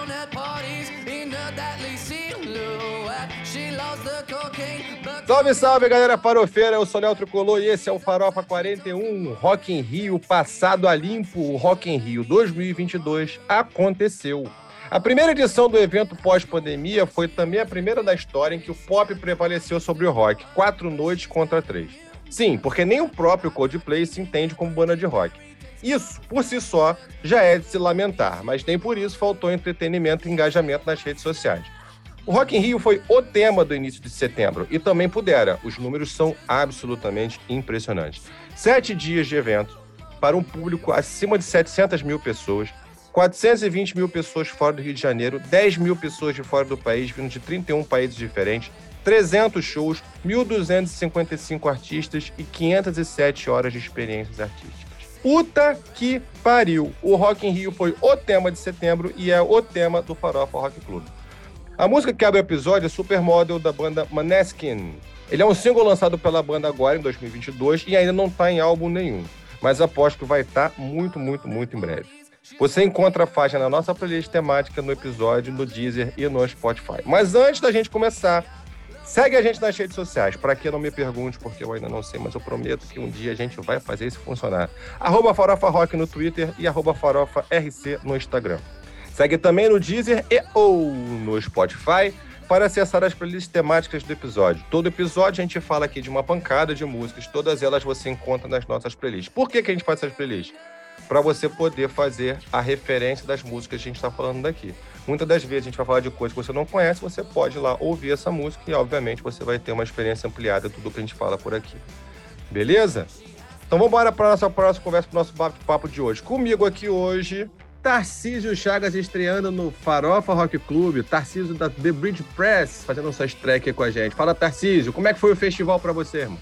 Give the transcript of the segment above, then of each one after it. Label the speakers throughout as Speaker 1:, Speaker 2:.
Speaker 1: Salve, salve, galera farofeira, eu sou o Léo Tricolor e esse é o Farofa 41, Rock in Rio, passado a limpo. O Rock in Rio 2022 aconteceu. A primeira edição do evento pós-pandemia foi também a primeira da história em que o pop prevaleceu sobre o rock, 4 noites contra 3. Sim, porque nem o próprio Coldplay se entende como banda de rock. Isso, por si só, já é de se lamentar, mas nem por isso faltou entretenimento e engajamento nas redes sociais. O Rock in Rio foi o tema do início de setembro e também pudera. Os números são absolutamente impressionantes. 7 dias de evento para um público acima de 700 mil pessoas, 420 mil pessoas fora do Rio de Janeiro, 10 mil pessoas de fora do país, vindo de 31 países diferentes, 300 shows, 1.255 artistas e 507 horas de experiências artísticas. Puta que pariu! O Rock in Rio foi o tema de setembro e é o tema do Farofa Rock Club. A música que abre o episódio é Supermodel, da banda Måneskin. Ele é um single lançado pela banda agora, em 2022, e ainda não está em álbum nenhum. Mas aposto que vai estar muito em breve. Você encontra a faixa na nossa playlist temática no episódio, no Deezer e no Spotify. Mas antes da gente começar, segue a gente nas redes sociais. Para que não me pergunte, porque eu ainda não sei, mas eu prometo que um dia a gente vai fazer isso funcionar. @farofarock no Twitter e @farofarc no Instagram. Segue também no Deezer e ou no Spotify para acessar as playlists temáticas do episódio. Todo episódio a gente fala aqui de uma pancada de músicas, todas elas você encontra nas nossas playlists. Por que a gente faz essas playlists? Para você poder fazer a referência das músicas que a gente está falando daqui. Muitas das vezes a gente vai falar de coisas que você não conhece, você pode ir lá ouvir essa música e, obviamente, você vai ter uma experiência ampliada de tudo que a gente fala por aqui. Beleza? Então vamos embora para a nossa próxima conversa, para o nosso bate-papo de hoje. Comigo aqui hoje, Tarcísio Chagas estreando no Farofa Rock Club, Tarcísio da The Bridge Press, fazendo sua estreia aqui com a gente. Fala, Tarcísio, como é que foi o festival para você, irmão?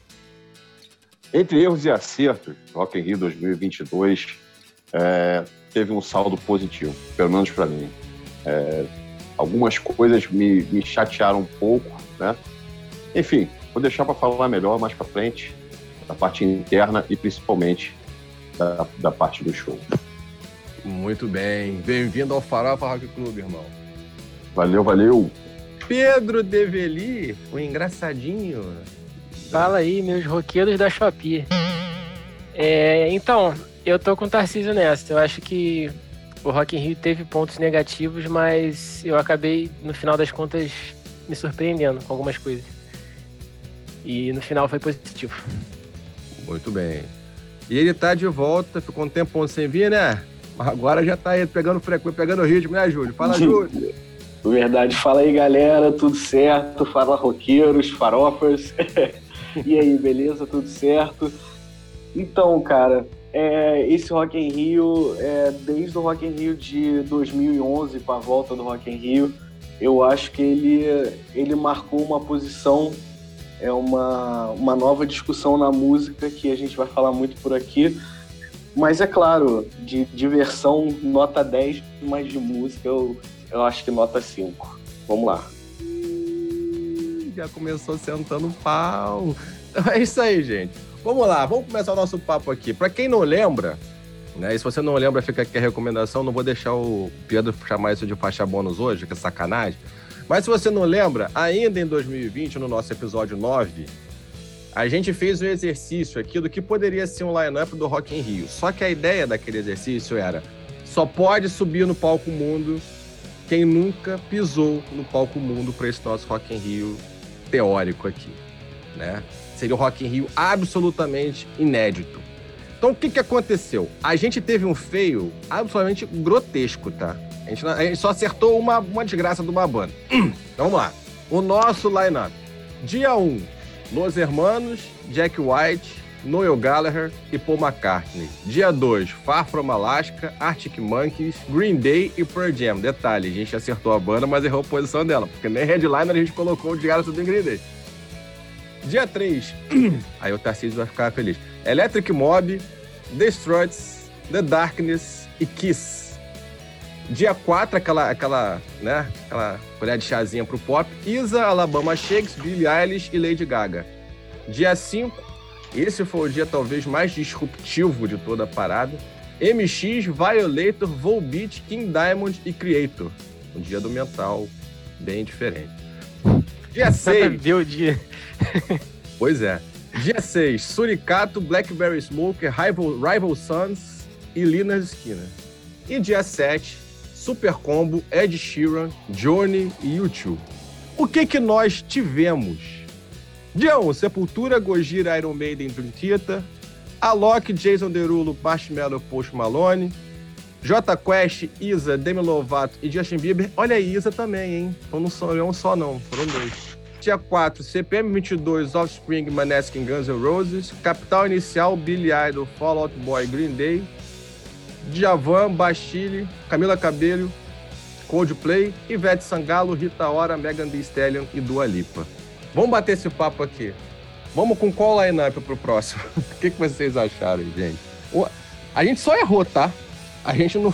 Speaker 2: Entre erros e acertos, Rock in Rio 2022 teve um saldo positivo, pelo menos para mim. Algumas coisas me chatearam um pouco, né? Enfim, vou deixar para falar melhor mais para frente, da parte interna e principalmente da parte do show.
Speaker 1: Muito bem. Bem-vindo ao Farofa Rock Club, irmão.
Speaker 2: Valeu.
Speaker 1: Pedro Develi, o engraçadinho.
Speaker 3: Fala aí, meus roqueiros da Shopee. Então, eu tô com o Tarcísio nessa. Eu acho que o Rock in Rio teve pontos negativos, mas eu acabei, no final das contas, me surpreendendo com algumas coisas. E no final foi positivo.
Speaker 1: Muito bem. E ele tá de volta, ficou um tempão sem vir, né? Agora já tá aí pegando frequência, pegando ritmo, né, Júlio? Fala, Júlio.
Speaker 4: Verdade. Fala aí, galera. Tudo certo? Fala, roqueiros, farofas. E aí, beleza? Tudo certo? Então, cara, esse Rock in Rio, desde o Rock in Rio de 2011 para a volta do Rock in Rio, eu acho que ele marcou uma posição, uma nova discussão na música que a gente vai falar muito por aqui. Mas é claro, de diversão, nota 10, mas de música eu acho que nota 5. Vamos lá.
Speaker 1: Já começou sentando pau. Então é isso aí, gente. Vamos lá, vamos começar o nosso papo aqui. Pra quem não lembra, né, e se você não lembra, fica aqui a recomendação, não vou deixar o Pedro chamar isso de faixa bônus hoje, que é sacanagem. Mas se você não lembra, ainda em 2020, no nosso episódio 9, a gente fez um exercício aqui do que poderia ser um line-up do Rock in Rio. Só que a ideia daquele exercício era, só pode subir no palco mundo quem nunca pisou no palco mundo para esse nosso Rock in Rio teórico aqui, né? Seria o Rock in Rio absolutamente inédito. Então, o que aconteceu? A gente teve um fail absolutamente grotesco, tá? A gente só acertou uma desgraça de uma banda. Então, vamos lá. O nosso line-up. Dia 1, Los Hermanos, Jack White, Noel Gallagher e Paul McCartney. Dia 2, Far From Alaska, Arctic Monkeys, Green Day e Pearl Jam. Detalhe, a gente acertou a banda, mas errou a posição dela, porque nem headliner a gente colocou de cara tudo em Green Day. Dia 3, aí o Tarcísio vai ficar feliz. Electric Mob, The Struts, The Darkness e Kiss. Dia 4, aquela colher de chazinha pro pop, Isa, Alabama Shakes, Billie Eilish e Lady Gaga. Dia 5, esse foi o dia talvez mais disruptivo de toda a parada, MX, Violator, Volbeat, King Diamond e Creator. Um dia do metal bem diferente. Dia 6.
Speaker 3: Viu o dia.
Speaker 1: Pois é. Dia 6, Suricato, Blackberry Smoker, Rival Sons e Lynyrd Skynyrd. E dia 7, Super Combo, Ed Sheeran, Johnny e U2. O que nós tivemos? Dia 1, Sepultura, Gojira, Iron Maiden, Dream Theater, Alok, Jason Derulo, Marshmello, Post Malone, Jota Quest, Isa, Demi Lovato e Justin Bieber. Olha aí, Isa também, hein? Então não são um só não, foram 2. Dia 4, CPM 22, Offspring, Maneskin, Guns N' Roses, Capital Inicial, Billy Idol, Fall Out Boy, Green Day, Djavan, Bastille, Camila Cabello, Coldplay, Ivete Sangalo, Rita Ora, Megan Thee Stallion e Dua Lipa. Vamos bater esse papo aqui. Vamos com qual line-up pro próximo? O que vocês acharam, gente? A gente só errou, tá? A gente não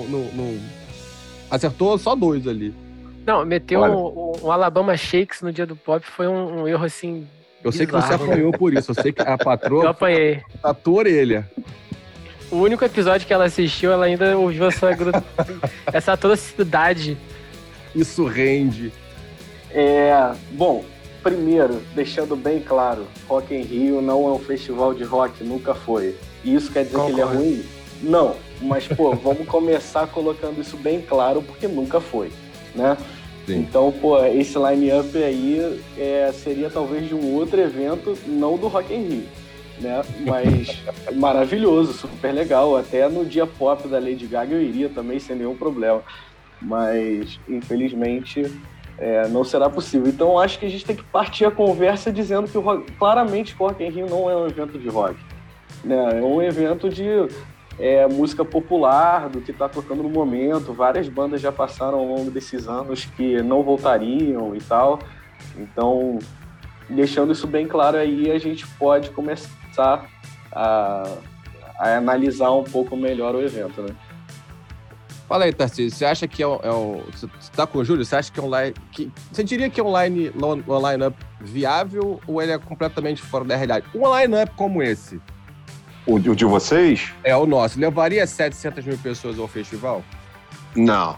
Speaker 1: acertou só 2 ali.
Speaker 3: Não, meteu um Alabama Shakes no dia do pop, foi um erro assim.
Speaker 1: Eu sei que você apanhou por isso, eu sei que a patroa.
Speaker 3: Eu apanhei.
Speaker 1: A tua orelha.
Speaker 3: O único episódio que ela assistiu, ela ainda ouviu essa atrocidade.
Speaker 1: Isso rende.
Speaker 4: Bom, primeiro, deixando bem claro, Rock in Rio não é um festival de rock, nunca foi. E isso quer dizer que ele é ruim? Não, mas vamos começar colocando isso bem claro, porque nunca foi, né?
Speaker 1: Sim.
Speaker 4: Então, esse line-up aí seria talvez de um outro evento, não do Rock in Rio, né? Mas maravilhoso, super legal. Até no dia pop da Lady Gaga eu iria também sem nenhum problema. Mas, infelizmente, não será possível. Então, acho que a gente tem que partir a conversa dizendo que claramente o Rock in Rio não é um evento de rock, né? É um evento de música popular, do que está tocando no momento. Várias bandas já passaram ao longo desses anos que não voltariam e tal. Então, deixando isso bem claro aí, a gente pode começar a analisar um pouco melhor o evento, né?
Speaker 1: Fala aí, Tarcísio, você acha que você tá com o Júlio? Você acha que é um line... Você diria que é um line-up viável ou ele é completamente fora da realidade? Um line-up como esse...
Speaker 2: O de vocês?
Speaker 1: É o nosso. Levaria 700 mil pessoas ao festival?
Speaker 2: Não.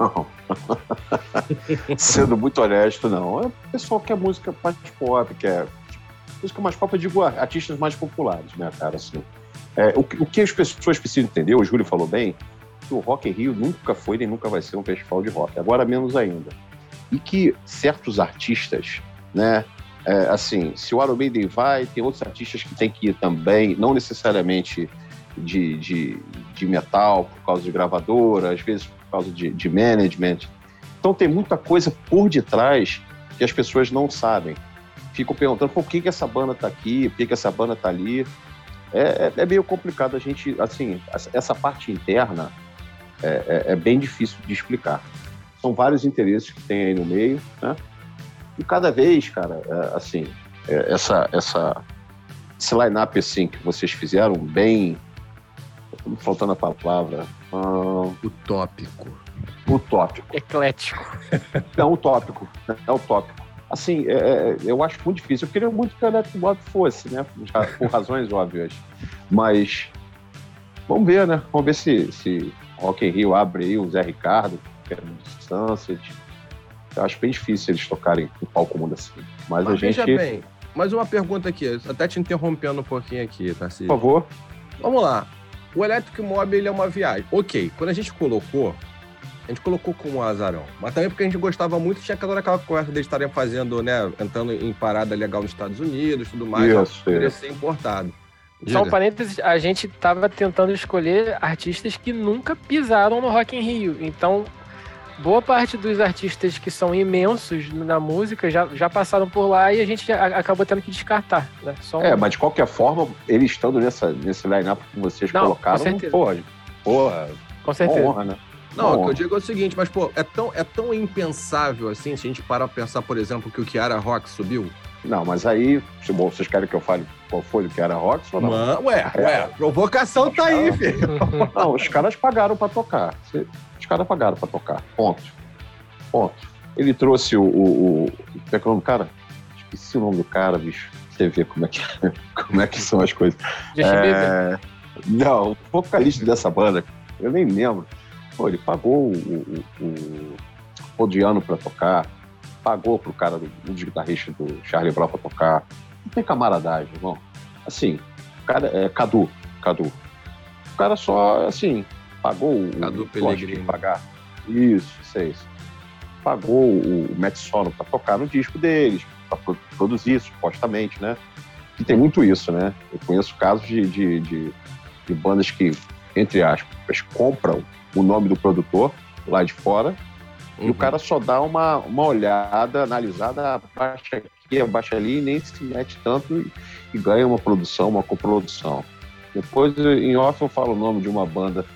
Speaker 2: Sendo muito honesto, não. É o pessoal que quer música mais pop, música mais pop, eu digo artistas mais populares, né, cara? Assim, o que as pessoas precisam entender, o Júlio falou bem, que o Rock in Rio nunca foi nem nunca vai ser um festival de rock, agora menos ainda. E que certos artistas, né, assim, se o Iron Maiden vai, tem outros artistas que tem que ir também, não necessariamente de metal, por causa de gravadora, às vezes por causa de management. Então tem muita coisa por detrás que as pessoas não sabem. Ficam perguntando por que essa banda tá aqui, por que essa banda tá ali. É meio complicado a gente, assim, essa parte interna é bem difícil de explicar. São vários interesses que tem aí no meio, né? E cada vez, cara, assim, esse line-up, assim, que vocês fizeram bem... Tô me faltando a palavra...
Speaker 1: Utópico.
Speaker 3: Eclético.
Speaker 2: Não, utópico. É utópico. Assim, eu acho muito difícil. Eu queria muito que o Electric Bob fosse, né? Por razões óbvias. Mas vamos ver, né? Vamos ver se Rock in Rio abre aí o Zé Ricardo, que é do Sunset. Eu acho bem difícil eles tocarem um palco mundo assim. Mas a gente...
Speaker 1: Veja bem, mais uma pergunta aqui, até te interrompendo um pouquinho aqui, Tarcísio.
Speaker 2: Por favor.
Speaker 1: Vamos lá. O Electric Mob, ele é uma viagem. Ok, quando a gente colocou com um azarão. Mas também porque a gente gostava muito, tinha aquela conversa deles estarem fazendo, né, entrando em parada legal nos Estados Unidos, tudo mais.
Speaker 2: Isso.
Speaker 1: Poderia ser importado.
Speaker 3: Só um parênteses, a gente tava tentando escolher artistas que nunca pisaram no Rock in Rio. Então, boa parte dos artistas que são imensos na música já passaram por lá e a gente acabou tendo que descartar, né?
Speaker 2: Mas de qualquer forma, eles estando nesse line-up que vocês colocaram, porra,
Speaker 3: com certeza.
Speaker 2: Uma honra, né?
Speaker 1: Não, o que eu digo é o seguinte, mas, pô, é tão impensável, assim, se a gente parar pra pensar, por exemplo, que o Kiara Rock subiu.
Speaker 2: Não, mas aí, vocês querem que eu fale qual foi o Kiara Rock ou não?
Speaker 1: Provocação tá aí, filho.
Speaker 2: Não, os caras pagaram pra tocar. Ponto. Ele trouxe como é que é o nome do cara? Esqueci o nome do cara, bicho. Você vê como é que são as coisas. Não, o vocalista dessa banda, eu nem lembro. Pô, ele pagou o Odiano pra tocar, pagou pro cara do guitarrista do Charlie Brown pra tocar. Não tem camaradagem, irmão. Assim, o cara é Cadu. O cara só, assim, pagou o
Speaker 1: Cadu
Speaker 2: Pellegrini pagar. Isso. Pagou o Matt Sorum pra tocar no disco deles, pra produzir, supostamente, né? E tem muito isso, né? Eu conheço casos de bandas que, entre aspas, compram o nome do produtor lá de fora, e o cara só dá uma olhada, analisada, abaixa aqui, abaixa ali, e nem se mete tanto e ganha uma produção, uma coprodução. Depois, em off, eu falo o nome de uma banda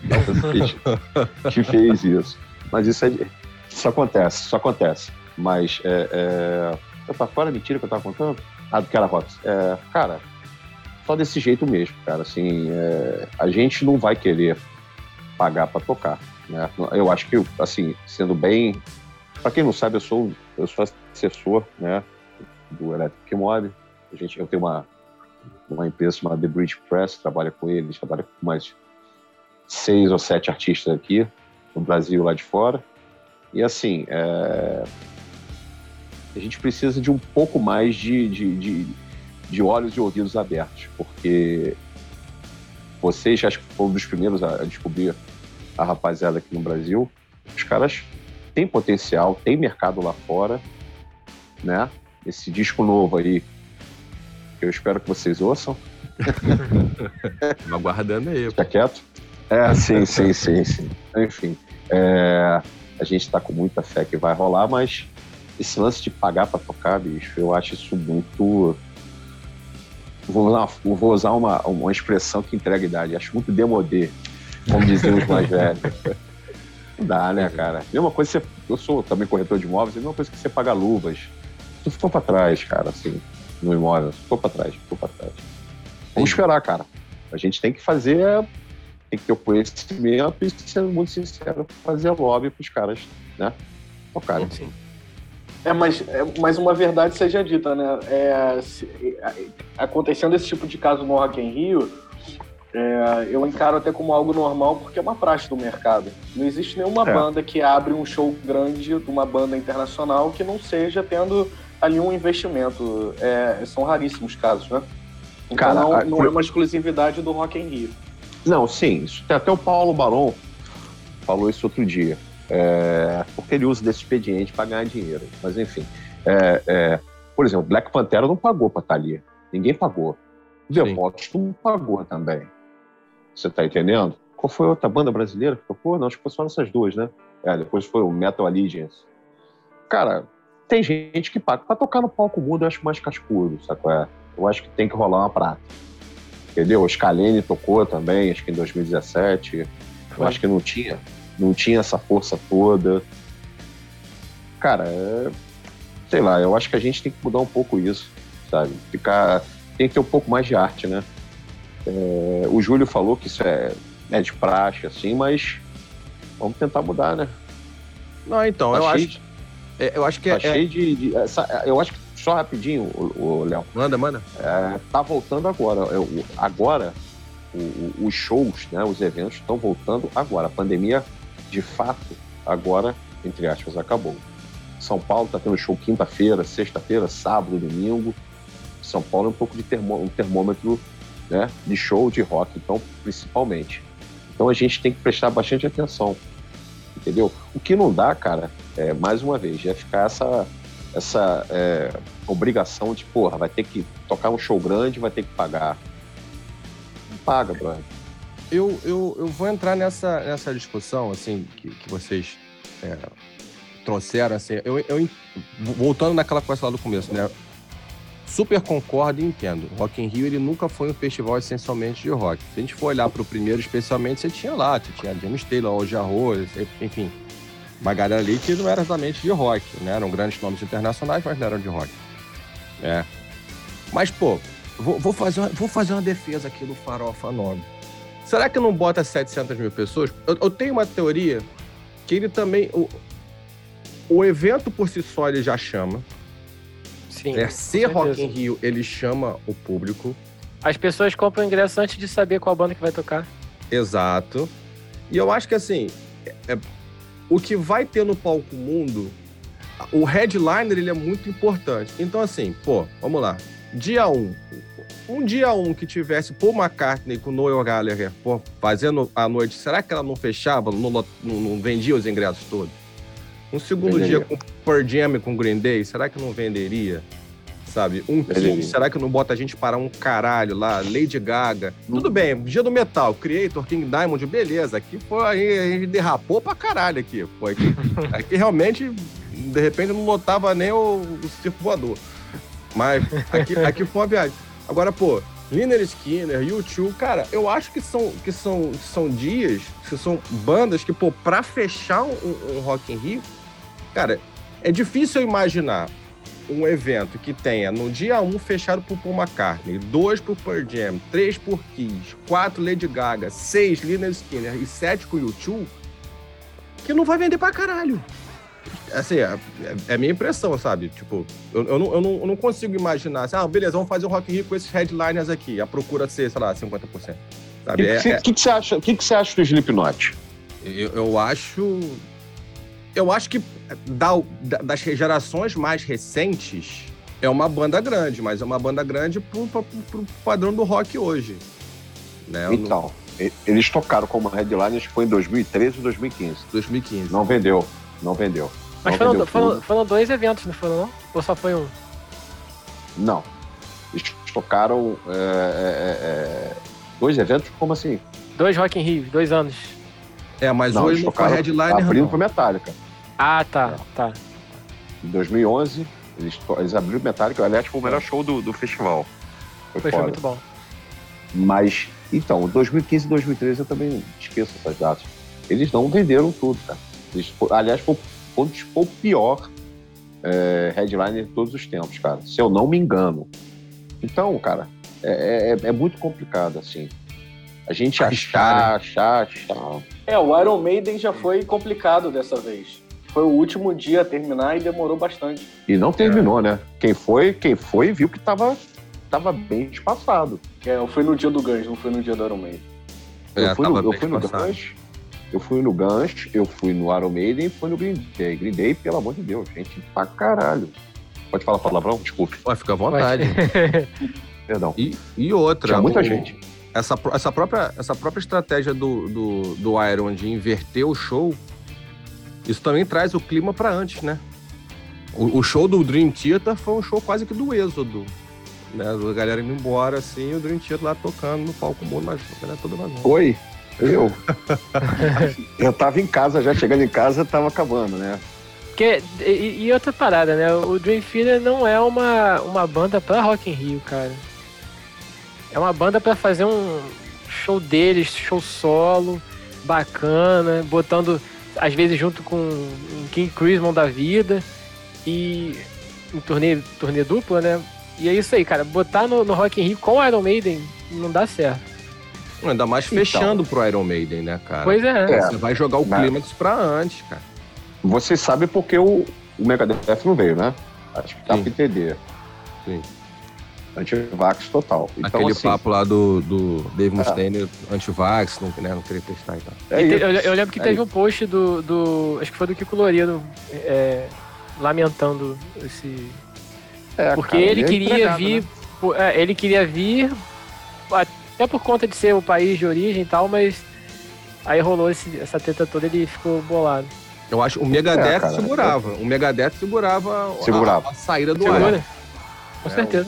Speaker 2: que fez isso. Mas isso acontece. Mas, eu tava fora, mentira que eu tava contando? Do que era Rox. Cara, só desse jeito mesmo, cara. Assim, a gente não vai querer pagar pra tocar, né? Eu acho que, assim, sendo bem... Pra quem não sabe, eu sou assessor, né, do Electric Mob. Eu tenho uma empresa chamada The Bridge Press, trabalha com eles, trabalha com mais 6 ou 7 artistas aqui, no Brasil e lá de fora. E assim, a gente precisa de um pouco mais de olhos e ouvidos abertos, porque vocês acho que foram um dos primeiros a descobrir a rapaziada aqui no Brasil. Os caras têm potencial, têm mercado lá fora, né? Esse disco novo aí, eu espero que vocês ouçam.
Speaker 1: Aguardando aí.
Speaker 2: Fica quieto? Sim. Enfim, a gente está com muita fé que vai rolar, mas esse lance de pagar para tocar, bicho, eu acho isso muito... Vou usar uma expressão que entrega idade. Acho muito demodê, como diziam os mais velhos. Não dá, né, cara? Mesma coisa, eu sou também corretor de imóveis, é a mesma coisa que você pagar luvas. Tu ficou para trás, cara, assim, no imóvel. Ficou para trás. Vamos esperar, cara. A gente tem que ter o conhecimento e, sendo muito sincero, fazer lobby pros caras, né? Tocarem.
Speaker 3: Sim.
Speaker 4: Mas uma verdade seja dita, né? Acontecendo esse tipo de caso no Rock in Rio, eu encaro até como algo normal, porque é uma praxe do mercado. Não existe nenhuma banda que abre um show grande de uma banda internacional que não seja tendo ali um investimento. São raríssimos casos, né? Então cara, não é uma exclusividade do Rock in Rio.
Speaker 2: Não, sim. Isso, até o Paulo Baron falou isso outro dia. Porque ele usa desse expediente para ganhar dinheiro. Mas, enfim. Por exemplo, Black Pantera não pagou para estar ali. Ninguém pagou. The Vox não pagou também. Você tá entendendo? Qual foi a outra banda brasileira que tocou? Não, acho que foi só essas duas, né? Depois foi o Metal Allegiance. Cara, tem gente que paga. Para tocar no palco mudo, eu acho mais cascudo, sacou? Eu acho que tem que rolar uma prata. Entendeu? O Scalene tocou também, acho que em 2017. Eu acho que não tinha essa força toda. Cara, sei lá, eu acho que a gente tem que mudar um pouco isso, sabe? Tem que ter um pouco mais de arte, né? O Júlio falou que isso é de praxe, assim, mas vamos tentar mudar, né?
Speaker 1: Não, então, eu acho que
Speaker 2: tá cheio de eu acho que, só rapidinho, o Léo.
Speaker 1: Manda.
Speaker 2: Tá voltando agora. Agora, os shows, né, os eventos estão voltando agora. A pandemia, de fato, agora, entre aspas, acabou. São Paulo está tendo show quinta-feira, sexta-feira, sábado, domingo. São Paulo é um pouco de um termômetro, né, de show, de rock, então, principalmente. Então a gente tem que prestar bastante atenção, entendeu? O que não dá, cara, mais uma vez, é ficar essa obrigação de, porra, vai ter que tocar um show grande, vai ter que pagar. Não paga, brother.
Speaker 1: Eu vou entrar nessa discussão, assim, que vocês trouxeram, assim, voltando naquela coisa lá do começo, né? Super concordo e entendo. O Rock in Rio, ele nunca foi um festival essencialmente de rock. Se a gente for olhar para o primeiro, especialmente, você tinha James Taylor, Al Jarreau, enfim, uma galera ali que não era exatamente de rock, né? Eram grandes nomes internacionais, mas não eram de rock. Mas, pô, vou fazer uma defesa aqui do Farofa Nobre. Será que não bota 700 mil pessoas? Eu tenho uma teoria que ele também... O evento por si só, ele já chama.
Speaker 3: Sim,
Speaker 1: Ser Rock in Rio, ele chama o público.
Speaker 3: As pessoas compram ingresso antes de saber qual banda que vai tocar.
Speaker 1: Exato. E eu acho que, assim, o que vai ter no palco mundo, o headliner, ele é muito importante. Então, assim, vamos lá. Dia 1. Um dia 1 que tivesse Paul McCartney com Noel Gallagher fazendo a noite, será que ela não fechava, não vendia os ingressos todos? Um segundo dia com Pearl Jam e com Green Day, será que não venderia? Sabe? Um Kiss, será que não bota a gente para um caralho lá? Lady Gaga. Tudo bem, dia do metal, Creator, King Diamond, beleza. Aqui a gente derrapou pra caralho aqui. Aqui realmente, de repente, não lotava nem o circo voador. Mas aqui foi uma viagem. Agora, Lynyrd Skynyrd, U2, cara, eu acho que são dias, que são bandas que, pra fechar um Rock in Rio, cara, é difícil eu imaginar um evento que tenha no dia 1 fechado por Paul McCartney, 2 por Pearl Jam, 3 por Kiss, 4 Lady Gaga, 6 Lynyrd Skynyrd e 7 com U2, que não vai vender pra caralho. Assim, é a minha impressão, sabe? Tipo, eu não consigo imaginar assim, beleza, vamos fazer um Rock in Rio com esses headliners aqui, a procura ser, sei lá, 50%. Sabe?
Speaker 2: O que você acha? O que você acha do Slipknot?
Speaker 1: Eu acho que das gerações mais recentes é uma banda grande, mas é uma banda grande pro padrão do rock hoje. Né?
Speaker 2: Então, eles tocaram como headliners, foi em 2013 ou 2015.
Speaker 1: 2015.
Speaker 2: Não vendeu.
Speaker 3: Mas foram 2 eventos, não foram não? Ou só foi um?
Speaker 2: Não. Eles tocaram 2 eventos? Como assim?
Speaker 3: 2 Rock in Rio, 2 anos.
Speaker 1: Mas não, hoje não foi headliner,
Speaker 2: abrindo pro Metallica.
Speaker 3: Ah, tá.
Speaker 2: Em 2011, eles abriram o Metallica. Aliás, foi o melhor show do festival.
Speaker 3: Foi muito bom.
Speaker 2: Mas, então, 2015 e 2013 eu também esqueço essas datas. Eles não venderam tudo, cara. Aliás, foi o pior headliner de todos os tempos, cara. Se eu não me engano. Então, cara, é muito complicado, assim. A gente achar.
Speaker 4: O Iron Maiden já foi complicado dessa vez. Foi o último dia a terminar e demorou bastante.
Speaker 2: E não terminou, né? Quem foi viu que tava bem espaçado.
Speaker 4: Eu fui no dia do Guns, não foi no dia do Iron Maiden.
Speaker 2: Eu fui no Guns, eu fui no Guns, eu fui no Iron Maiden e fui no Green Day. Green Day, pelo amor de Deus, gente, pra caralho. Pode falar palavrão? Desculpe.
Speaker 1: Fica à vontade.
Speaker 2: Perdão.
Speaker 1: E outra...
Speaker 2: Tinha muita gente.
Speaker 1: Essa própria estratégia do Iron de inverter o show, isso também traz o clima pra antes, né? O show do Dream Theater foi um show quase que do êxodo. Né? A galera indo embora, assim, o Dream Theater lá tocando no palco mundo, mas a galera toda vazia.
Speaker 2: Oi, eu tava em casa, já chegando em casa, tava acabando, né?
Speaker 3: E outra parada, né? O Dream Theater não é uma banda pra Rock in Rio, cara. É uma banda pra fazer um show deles, show solo, bacana, botando, às vezes, junto com um King Crimson da vida, e em turnê dupla, né? E é isso aí, cara. Botar no Rock in Rio com o Iron Maiden não dá certo.
Speaker 1: Ainda mais fechando pro Iron Maiden, né, cara?
Speaker 3: Pois é.
Speaker 1: Você vai jogar o clímax pra antes, cara.
Speaker 2: Você sabe porque o Megadeth não veio, né? Acho que dá pra entender.
Speaker 1: Sim.
Speaker 2: Anti-vax total. Então,
Speaker 1: aquele
Speaker 2: assim,
Speaker 1: papo lá do Dave Mustaine, anti-vax, não queria testar e tal.
Speaker 3: Eu lembro que teve um post acho que foi do Kiko Loureiro, lamentando esse... porque cara, ele queria vir... Né? Ele queria vir, até por conta de ser o país de origem e tal, mas aí rolou essa treta toda e ele ficou bolado.
Speaker 1: Eu acho que o Megadeth segurava. O Megadeth segurava a saída do ar.
Speaker 3: Com certeza.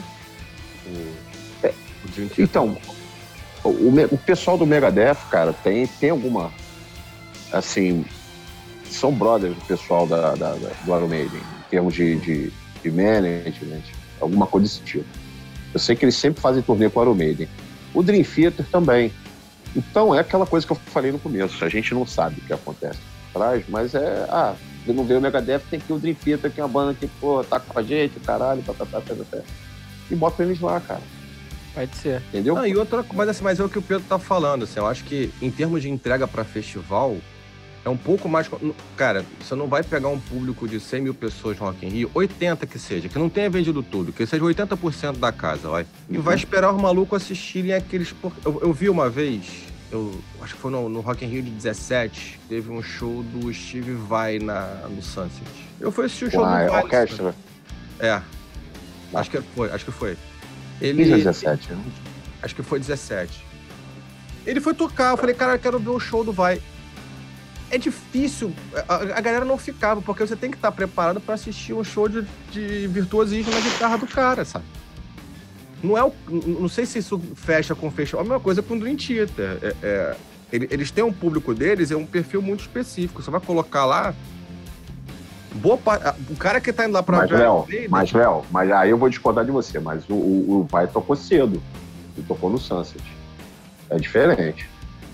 Speaker 2: Então, o pessoal do Megadeth, cara, tem alguma... Assim, são brothers do pessoal do Iron Maiden, em termos de management, alguma coisa desse tipo. Eu sei que eles sempre fazem turnê com o Iron Maiden. O Dream Theater também. Então, é aquela coisa que eu falei no começo. A gente não sabe o que acontece atrás, mas não veio o Megadeth, tem que ir o Dream Theater, que é uma banda que, tá com a gente, caralho, e bota eles lá, cara.
Speaker 3: Pode ser.
Speaker 2: Entendeu?
Speaker 1: E outra, mas é o que o Pedro tá falando, assim, eu acho que em termos de entrega pra festival, É um pouco mais... Cara, você não vai pegar um público de 100 mil pessoas no Rock in Rio, 80 que seja, que não tenha vendido tudo, que seja 80% da casa, vai. E vai esperar os malucos assistirem aqueles... Eu vi uma vez, acho que foi no Rock in Rio de 17, teve um show do Steve Vai no Sunset. Eu fui assistir o show do Vai.
Speaker 2: Orquestra?
Speaker 1: Acho que foi.
Speaker 2: Ele... 17, né?
Speaker 1: Acho que foi 17. Ele foi tocar, eu falei, cara, eu quero ver o show do Vai. É difícil, a galera não ficava, porque você tem que estar preparado para assistir um show de virtuosismo na guitarra do cara, sabe? Não sei se isso fecha com festival, a mesma coisa com o Dream Theater. Eles têm um público deles, é um perfil muito específico. Você vai colocar lá... o cara que tá indo lá pra ver...
Speaker 2: Léo, aí eu vou discordar de você, mas o Vai tocou cedo. Ele tocou no Sunset. É diferente.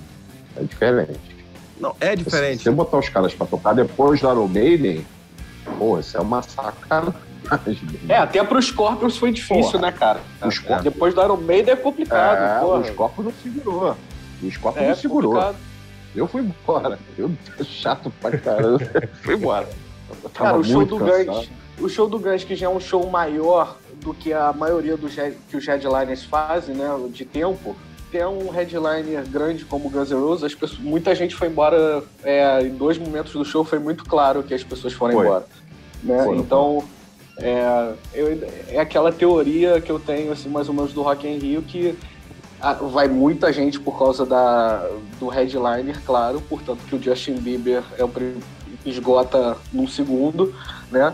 Speaker 1: Não, é diferente.
Speaker 2: Se você botar os caras pra tocar depois do Iron Maiden, pô, isso é uma sacanagem.
Speaker 4: Até pro Scorpions foi difícil, né, cara? Depois do Iron Maiden é complicado.
Speaker 2: O Scorpions não segurou. Não segurou. Complicado. Eu fui embora. Eu chato pra caramba. Fui embora.
Speaker 4: Cara, o show do Guns, que já é um show maior do que a maioria que os headliners fazem, né, de tempo, ter um headliner grande como o Guns N' Roses, muita gente foi embora em 2 momentos do show, foi muito claro que as pessoas foram embora. Né? Então, é aquela teoria que eu tenho, assim, mais ou menos do Rock in Rio, que vai muita gente por causa do headliner, claro, portanto que o Justin Bieber esgota num segundo, né?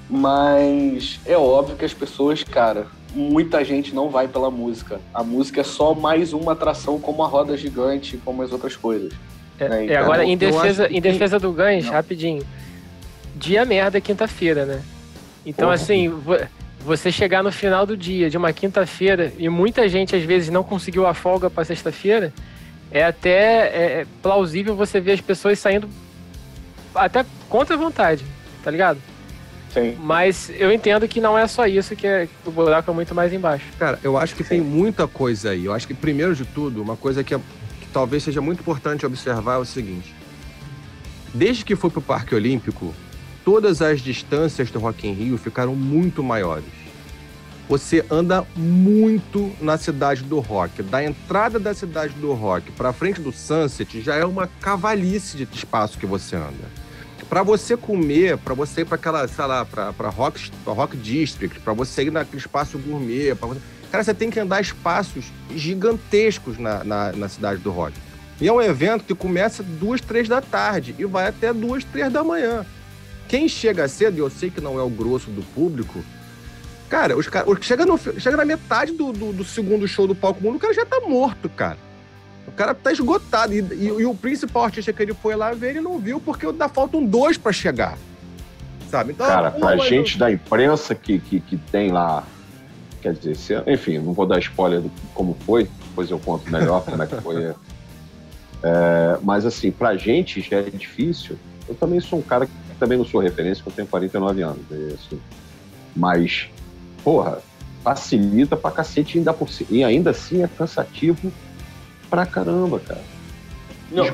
Speaker 4: Mas é óbvio que as pessoas, cara, muita gente não vai pela música. A música é só mais uma atração, como a roda gigante, como as outras coisas. Né? Então,
Speaker 3: agora, em defesa do Guns, rapidinho, dia merda é quinta-feira, né? Então, assim, você chegar no final do dia, de uma quinta-feira, e muita gente, às vezes, não conseguiu a folga para sexta-feira, é até plausível você ver as pessoas saindo até contra a vontade, tá ligado?
Speaker 1: Sim.
Speaker 3: Mas eu entendo que não é só isso, que o buraco é muito mais embaixo.
Speaker 1: Cara, eu acho que tem muita coisa aí. Eu acho que, primeiro de tudo, uma coisa que talvez seja muito importante observar é o seguinte. Desde que foi pro Parque Olímpico, todas as distâncias do Rock in Rio ficaram muito maiores. Você anda muito na cidade do rock. Da entrada da cidade do rock pra frente do Sunset já é uma cavalice de espaço que você anda. Pra você comer, pra você ir pra aquela, sei lá, pra Rock District, pra você ir naquele espaço gourmet, cara, você tem que andar espaços gigantescos na cidade do rock. E é um evento que começa 2, 3 da tarde e vai até 2, 3 da manhã. Quem chega cedo, e eu sei que não é o grosso do público, cara, chega na metade do segundo show do Palco Mundo, o cara já tá morto, cara. O cara tá esgotado. E o principal artista que ele foi lá ver, ele não viu, porque faltam 2 pra chegar. Sabe? Então,
Speaker 2: cara, pra gente da imprensa que tem lá, quer dizer, enfim, não vou dar spoiler de como foi, depois eu conto melhor como é que foi. Mas assim, pra gente já é difícil. Eu também sou um cara que também não sou referência, porque eu tenho 49 anos. Assim. Mas, porra, facilita pra cacete e ainda assim é cansativo pra caramba, cara.
Speaker 4: Não,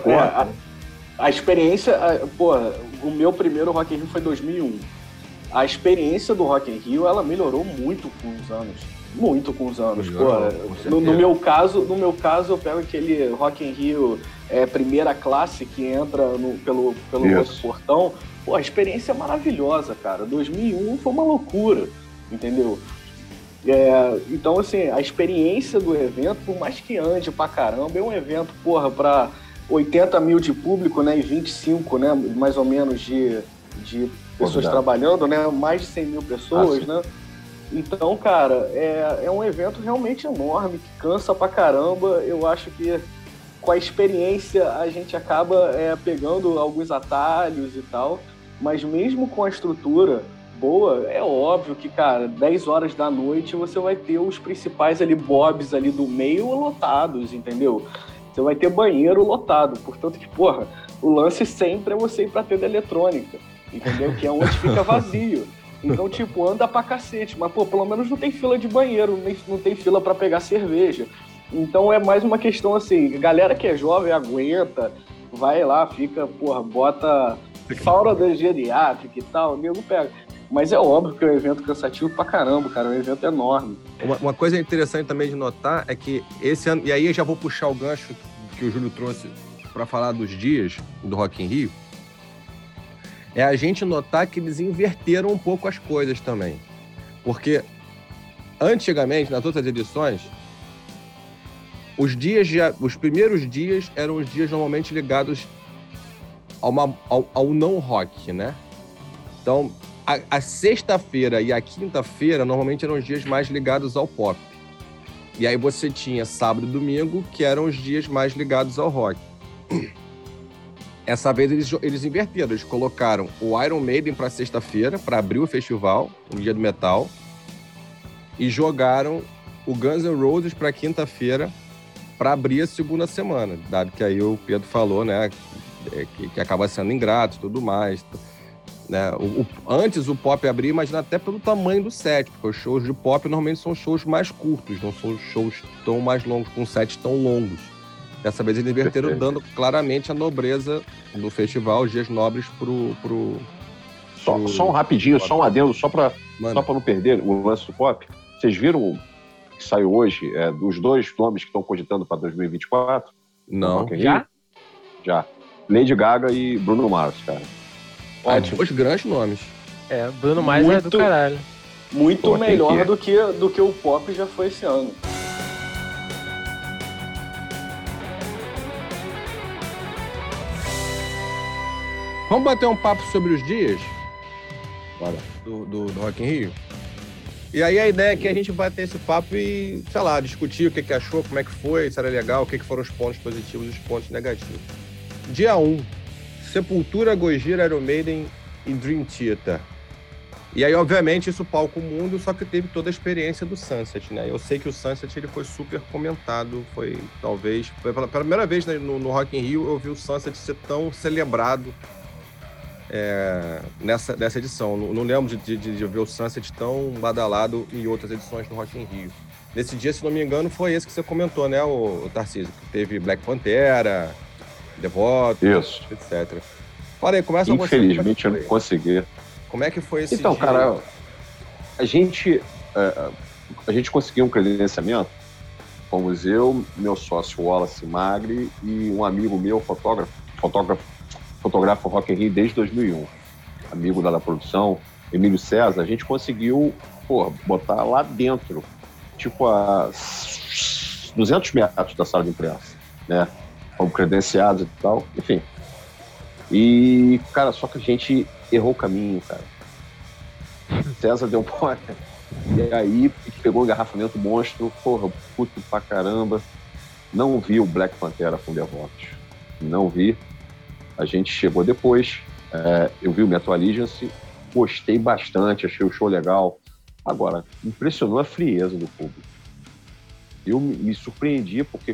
Speaker 4: a experiência... o meu primeiro Rock in Rio foi 2001. A experiência do Rock in Rio, ela melhorou muito com os anos. Muito com os anos. No meu caso, eu pego aquele Rock in Rio primeira classe que entra pelo outro portão. Pô, a experiência é maravilhosa, cara. 2001 foi uma loucura, entendeu? Então, assim, a experiência do evento, por mais que ande pra caramba, é um evento, porra, pra 80 mil de público, né, e 25, né, mais ou menos de pessoas trabalhando, né, mais de 100 mil pessoas, né. Então, cara, é um evento realmente enorme, que cansa pra caramba. Eu acho que com a experiência a gente acaba pegando alguns atalhos e tal, mas mesmo com a estrutura boa, é óbvio que, cara, 10 horas da noite você vai ter os principais ali bobs ali do meio lotados, entendeu? Você vai ter banheiro lotado, portanto que, porra, o lance sempre é você ir pra tenda eletrônica, entendeu? Que é onde fica vazio. Então, tipo, anda pra cacete, mas, pô, pelo menos não tem fila de banheiro, não tem fila pra pegar cerveja. Então é mais uma questão assim, galera que é jovem aguenta, vai lá, fica, porra, bota fauna da geriátrica e tal, o nego pega. Mas é óbvio que é um evento cansativo pra caramba, cara, é um evento enorme.
Speaker 1: Uma coisa interessante também de notar é que esse ano, e aí eu já vou puxar o gancho que o Júlio trouxe para falar dos dias do Rock in Rio, é a gente notar que eles inverteram um pouco as coisas também. Porque antigamente, nas outras edições, os primeiros dias eram os dias normalmente ligados ao não rock, né? Então, a sexta-feira e a quinta-feira normalmente eram os dias mais ligados ao pop. E aí você tinha sábado e domingo, que eram os dias mais ligados ao rock. Essa vez eles inverteram, eles colocaram o Iron Maiden para sexta-feira, para abrir o festival, o dia do metal, e jogaram o Guns N' Roses para quinta-feira, para abrir a segunda semana, dado que aí o Pedro falou, né, que acaba sendo ingrato e tudo mais. Né? Antes o pop abria, imagina até pelo tamanho do set, porque os shows de pop normalmente são shows mais curtos, não são shows tão mais longos, com sets tão longos. Dessa vez eles inverteram, dando claramente a nobreza do festival, os dias nobres
Speaker 2: Só um rapidinho, só um adendo, só pra não perder o lance do pop. Vocês viram que saiu hoje, dos dois nomes que estão cogitando para 2024?
Speaker 1: Não.
Speaker 2: Já. Lady Gaga e Bruno Mars, cara.
Speaker 1: Dois grandes nomes.
Speaker 3: Bruno Mars é do caralho.
Speaker 4: Muito melhor do que o pop já foi esse ano.
Speaker 1: Vamos bater um papo sobre os dias do Rock in Rio? E aí a ideia é que a gente bater esse papo e, sei lá, discutir o que achou, como é que foi, se era legal, o que foram os pontos positivos e os pontos negativos. Dia 1, Sepultura, Gojira, Iron Maiden e Dream Theater. E aí, obviamente, isso palco o mundo, só que teve toda a experiência do Sunset, né? Eu sei que o Sunset ele foi super comentado, foi pela primeira vez, né, no Rock in Rio, eu vi o Sunset ser tão celebrado nessa edição. Não lembro de ver o Sunset tão badalado em outras edições do Rock in Rio. Nesse dia, se não me engano, foi esse que você comentou, né, o Tarcísio? Que teve Black Pantera, Devoto,
Speaker 2: isso,
Speaker 1: etc. Fala aí, começa
Speaker 2: com você. Infelizmente eu não consegui.
Speaker 1: Como é que foi esse
Speaker 2: dia? Então, cara, a gente conseguiu um credenciamento, fomos eu, meu sócio Wallace Magri e um amigo meu, fotógrafo Rock in Rio desde 2001, amigo da produção, Emílio César. A gente conseguiu, botar lá dentro, tipo a 200 metros da sala de imprensa, né? Como credenciados e tal, enfim. E, cara, só que a gente errou o caminho, cara. César deu mole. E aí, pegou um engarrafamento monstro, puto pra caramba. Não vi o Black Pantera com Devotos. Não vi. A gente chegou depois. Eu vi o Metal Allegiance, gostei bastante, achei o show legal. Agora, impressionou a frieza do público. Eu me surpreendi porque,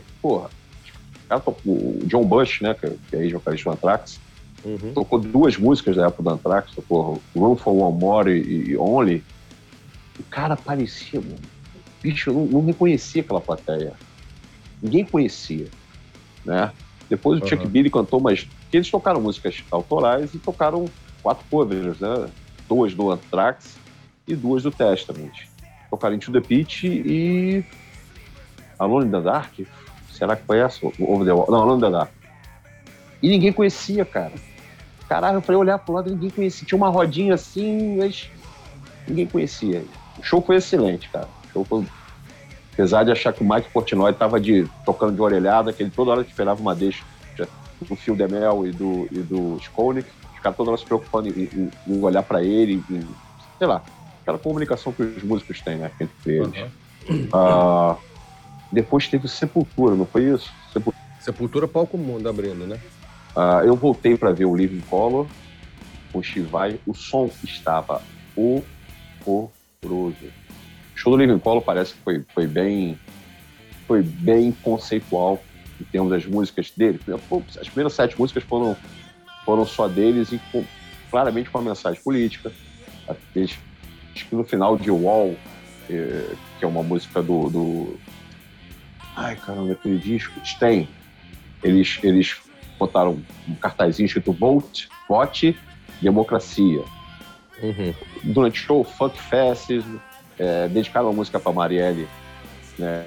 Speaker 2: o John Bush, né, que é ex-vocalista do Anthrax, tocou duas músicas da época do Anthrax, tocou Run for One More e Only. O cara parecia, bicho, eu não reconhecia aquela plateia. Ninguém conhecia, né? Depois o Chuck Billy cantou, mas eles tocaram músicas autorais e tocaram 4 covers, né? 2 do Anthrax e 2 do Testament. Tocaram Into the Pit e Alone in the Dark. Será que foi essa? Over the Wall? Não, Alone in the Dark. E ninguém conhecia, cara. Caralho, eu falei olhar pro lado e ninguém conhecia. Tinha uma rodinha assim, mas ninguém conhecia. O show foi excelente, cara. O show foi... Apesar de achar que o Mike Portnoy tava tocando de orelhada, que ele toda hora esperava uma deixa do Phil DeMel e do Skolnick, os caras toda hora se preocupando em olhar pra ele, sei lá, aquela comunicação que os músicos têm, né, entre eles. Depois teve Sepultura, não foi isso?
Speaker 1: Sepultura, palco mundo abrindo, né?
Speaker 2: Eu voltei pra ver o Living Colour, o Shivai, o som estava horroroso. O show do Living Colour parece que foi bem conceitual em termos das músicas dele. As primeiras 7 músicas foram só deles e claramente com uma mensagem política. Acho que no final de Wall, que é uma música do... Ai, caramba, aquele disco, Stein, eles botaram um cartazinho escrito Vote Democracia. Durante o show, Funk Fest, dedicaram uma música para Marielle, né,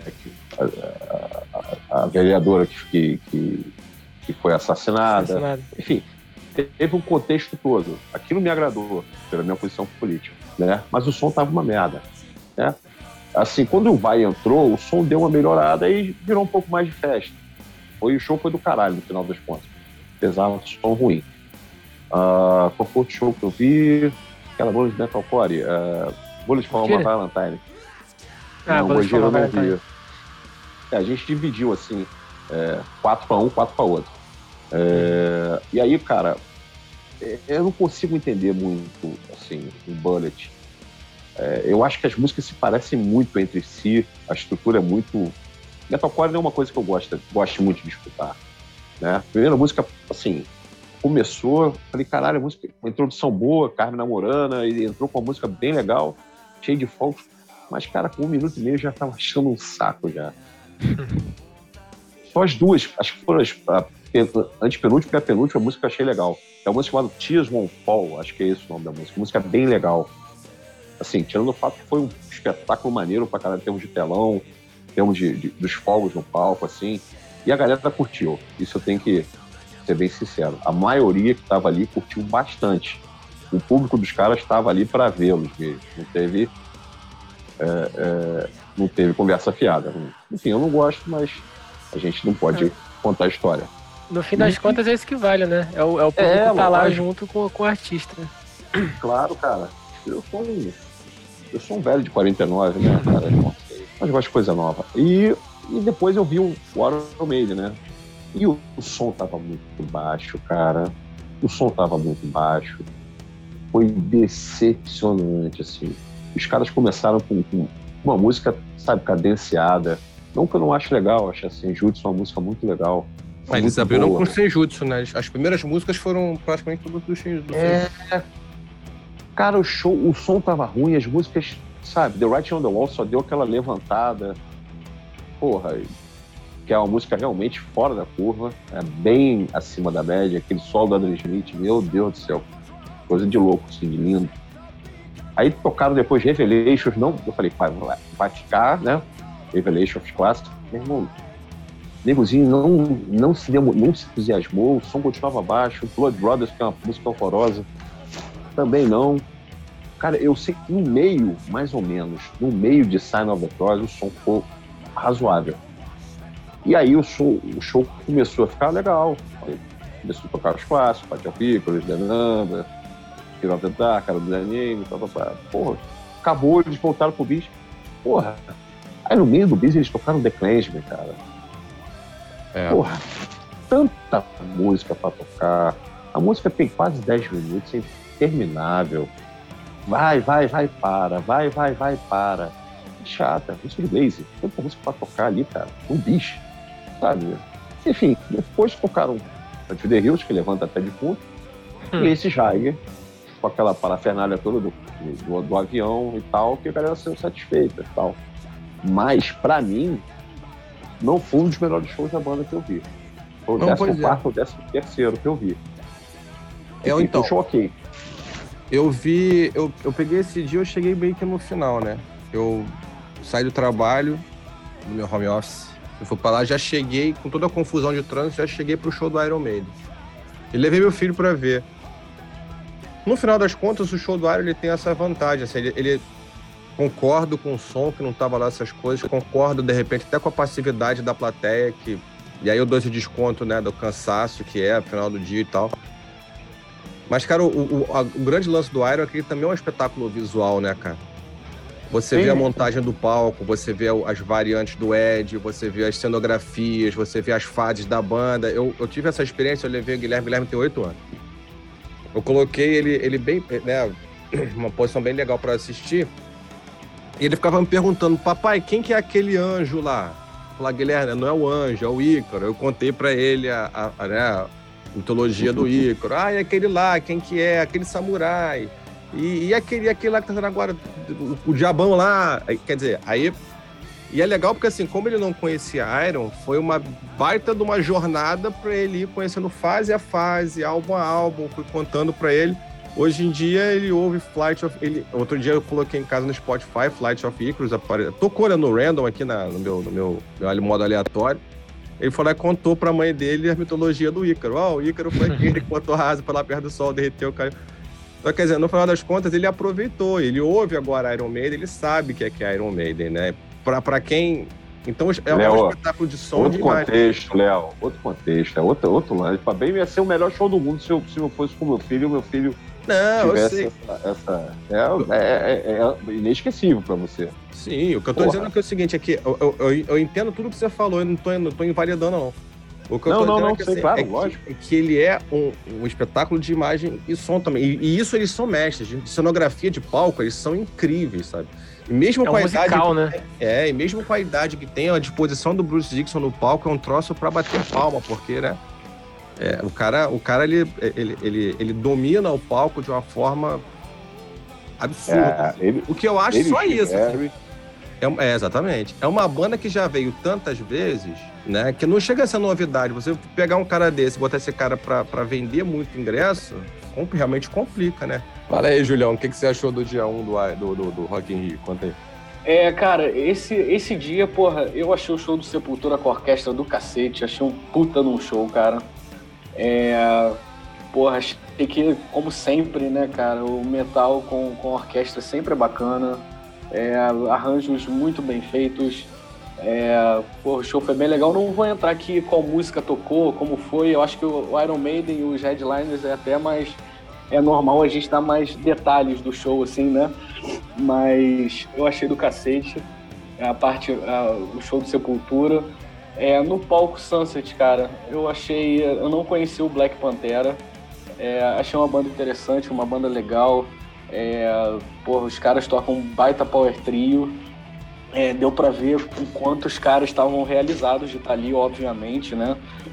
Speaker 2: a vereadora que foi assassinada. Enfim, teve um contexto todo. Aquilo me agradou, pela minha posição política, né? Mas o som tava uma merda, né? Assim, quando o Vai entrou, o som deu uma melhorada e virou um pouco mais de festa. O show foi do caralho, no final das contas. Apesar do som ruim. Qual foi o show que eu vi? Aquela Bullet de Metalcore. Bullet for My Valentine.
Speaker 3: Bullet for My Valentine.
Speaker 2: A gente dividiu, assim, 4 para um, 4 para outro. E aí, cara, eu não consigo entender muito, assim, o Bullet. Eu acho que as músicas se parecem muito entre si, a estrutura é muito... Metalcore não é uma coisa que eu gosto muito de escutar, né? A primeira música, assim, começou, falei, caralho, a música, uma introdução boa, Carmen namorando, e entrou com uma música bem legal, cheia de fogos, mas, cara, com 1 minuto e meio já tava achando um saco já. Só as duas, acho que foram a antepenúltima e a penúltima música que eu achei legal. É uma música chamada Tears Won't Fall, acho que é esse o nome da música. Uma música bem legal. Assim, tirando o fato que foi um espetáculo maneiro pra caralho, em termos de telão, em termos dos fogos no palco, assim. E a galera curtiu. Isso eu tenho que ser bem sincero. A maioria que estava ali curtiu bastante. O público dos caras estava ali para vê-los mesmo. Não teve conversa fiada. Enfim, eu não gosto, mas a gente não pode contar a história.
Speaker 3: No fim das contas é isso que vale, né? É o público que tá lá junto com o artista.
Speaker 2: Claro, cara. Eu sou um velho de 49, né, cara? Mas gosto de coisa nova. E depois eu vi o Iron Maiden, né? E o som tava muito baixo, cara. O som tava muito baixo. Foi decepcionante, assim. Os caras começaram com uma música, sabe, cadenciada. Não que eu não acho legal, acho assim, Senjutsu uma música muito legal.
Speaker 1: Mas eles abriram com Senjutsu, né? As primeiras músicas foram praticamente todas do Senjutsu.
Speaker 2: Cara, o som tava ruim, as músicas, sabe, The Writing on the Wall só deu aquela levantada. Porra, que é uma música realmente fora da curva, bem acima da média, aquele solo do Adam Smith, meu Deus do céu, coisa de louco, assim, de lindo. Aí tocaram depois Revelations, não, eu falei, vai ficar, né, Revelations clássico, meu irmão, negozinho não se entusiasmou, o som continuava baixo, Blood Brothers, que é uma música horrorosa, também não. Cara, eu sei que no meio, mais ou menos, no meio de Sign of the Cross, o som ficou razoável. E aí o show começou a ficar legal. Aí começou a tocar os clássicos, Party of Equals, The Number, Fear of the Dark, Cara do Anime, porra, acabou, eles voltaram pro Bis. Porra, aí no meio do Bis eles tocaram The Clansman, cara. Porra, tanta música pra tocar. A música tem quase 10 minutos, é interminável. Vai, para. Chata, música de Blaze, tanta música pra tocar ali, cara, um bicho, sabe? Enfim, depois tocaram a The Hills, que levanta até de fundo, e esse Jagger, com aquela parafernália toda do avião e tal, que a galera saiu satisfeita e tal. Mas, pra mim, não foi um dos melhores shows da banda que eu vi. Foi o 14º ou 13º que eu vi.
Speaker 1: Então,
Speaker 2: show ok.
Speaker 1: Eu peguei esse dia, eu cheguei bem que no final, né? Eu saí do trabalho, do meu home office, eu fui pra lá, já cheguei, com toda a confusão de trânsito, já cheguei pro show do Iron Maiden. E levei meu filho pra ver. No final das contas, o show do Iron, ele tem essa vantagem, assim, ele concordo com o som, que não tava lá essas coisas, concordo, de repente, até com a passividade da plateia, e aí eu dou esse desconto, né, do cansaço que é, final do dia e tal. Mas, cara, o grande lance do Iron é que ele também é um espetáculo visual, né, cara? Você vê a montagem do palco, você vê as variantes do Ed, você vê as cenografias, você vê as fases da banda. Eu tive essa experiência, eu levei o Guilherme tem 8 anos. Eu coloquei ele bem, né, uma posição bem legal para assistir, e ele ficava me perguntando, papai, quem que é aquele anjo lá? Eu falei, Guilherme, não é o anjo, é o Ícaro. Eu contei para ele a mitologia do Ícaro. É aquele lá, quem que é? Aquele samurai. E aquele lá que tá fazendo agora, o diabão lá. Quer dizer, aí E é legal porque, assim, como ele não conhecia Iron, foi uma baita de uma jornada pra ele ir conhecendo fase a fase, álbum a álbum, fui contando pra ele. Hoje em dia, ele ouve outro dia eu coloquei em casa no Spotify, Flight of Icarus, tocou no random aqui no meu modo aleatório. Ele foi lá e contou pra mãe dele a mitologia do Ícaro. O Ícaro foi aquele que botou asa pra lá perto do sol, derreteu, caiu. Então, quer dizer, no final das contas, ele aproveitou. Ele ouve agora Iron Maiden, ele sabe que é Iron Maiden, né? Pra quem... Então, é um espetáculo de som
Speaker 2: outro
Speaker 1: de
Speaker 2: contexto, Léo. Outro contexto. É outro lance. Pra bem, ia ser o melhor show do mundo se eu fosse com meu filho
Speaker 1: não,
Speaker 2: tivesse
Speaker 1: eu sei.
Speaker 2: É inesquecível pra você.
Speaker 1: Sim, o que eu tô dizendo é que é o seguinte, é que eu entendo tudo que você falou, eu não tô invalidando, não. O que eu tô dizendo é que, assim,
Speaker 2: claro, lógico.
Speaker 1: que ele é um espetáculo de imagem e som também. E isso eles são mestres. De cenografia de palco, eles são incríveis, sabe? E mesmo com a
Speaker 3: musical,
Speaker 1: idade,
Speaker 3: né?
Speaker 1: e mesmo com a idade que tem, a disposição do Bruce Dickinson no palco é um troço pra bater palma, porque, né? O cara ele domina o palco de uma forma absurda. O que eu acho só isso. Assim. Exatamente. É uma banda que já veio tantas vezes, né? Que não chega a ser novidade. Você pegar um cara desse, botar esse cara pra vender muito ingresso, realmente complica, né? Fala aí, Julião, o que você achou do dia 1 do Rock in Rio? Conta aí.
Speaker 4: Cara, esse dia, porra, eu achei o show do Sepultura com a orquestra do cacete, achei um puta num show, cara. Porra, achei que, como sempre, né, cara, o metal com orquestra sempre é bacana, arranjos muito bem feitos, porra, o show foi bem legal. Não vou entrar aqui qual música tocou, como foi, eu acho que o Iron Maiden e os headliners é até mais... É normal a gente dar mais detalhes do show, assim, né? Mas eu achei do cacete o show do Sepultura. No palco Sunset, cara, eu não conheci o Black Pantera. Achei uma banda interessante, uma banda legal. Porra, os caras tocam um baita power trio. Deu pra ver o quanto os caras estavam realizados de estar ali, obviamente, né?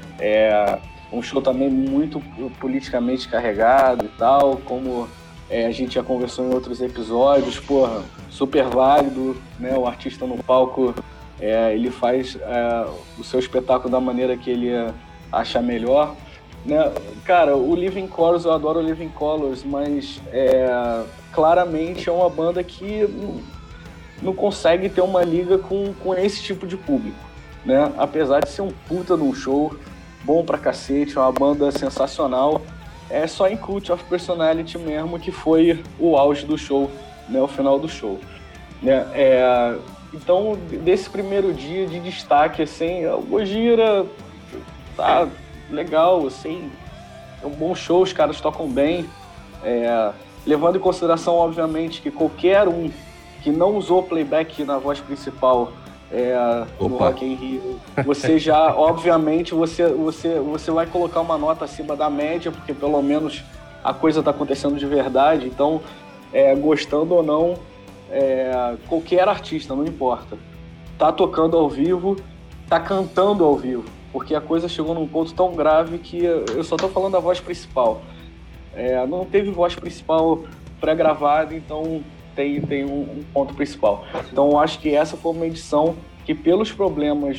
Speaker 4: Um show também muito politicamente carregado e tal, como a gente já conversou em outros episódios, porra, super válido, né? O artista no palco, ele faz o seu espetáculo da maneira que ele acha melhor, né? Cara, o Living Colours, eu adoro o Living Colours, mas claramente é uma banda que não consegue ter uma liga com esse tipo de público, né? Apesar de ser um puta num show, bom pra cacete, uma banda sensacional. Só em Cult of Personality mesmo que foi o auge do show, né, o final do show, né? Então, desse primeiro dia de destaque, assim, o Gojira tá legal, assim, é um bom show, os caras tocam bem, levando em consideração, obviamente, que qualquer um que não usou playback na voz principal no Rock in Rio, você já, obviamente, você vai colocar uma nota acima da média, porque pelo menos a coisa está acontecendo de verdade. Então, gostando ou não, qualquer artista, não importa, tá tocando ao vivo, tá cantando ao vivo, porque a coisa chegou num ponto tão grave que eu só tô falando da voz principal. Não teve voz principal pré-gravada, então tem um ponto principal. Então, eu acho que essa foi uma edição que, pelos problemas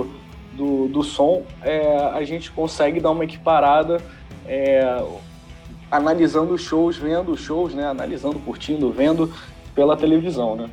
Speaker 4: do som, a gente consegue dar uma equiparada, analisando os shows, vendo os shows, né? Analisando, curtindo, vendo pela televisão, né?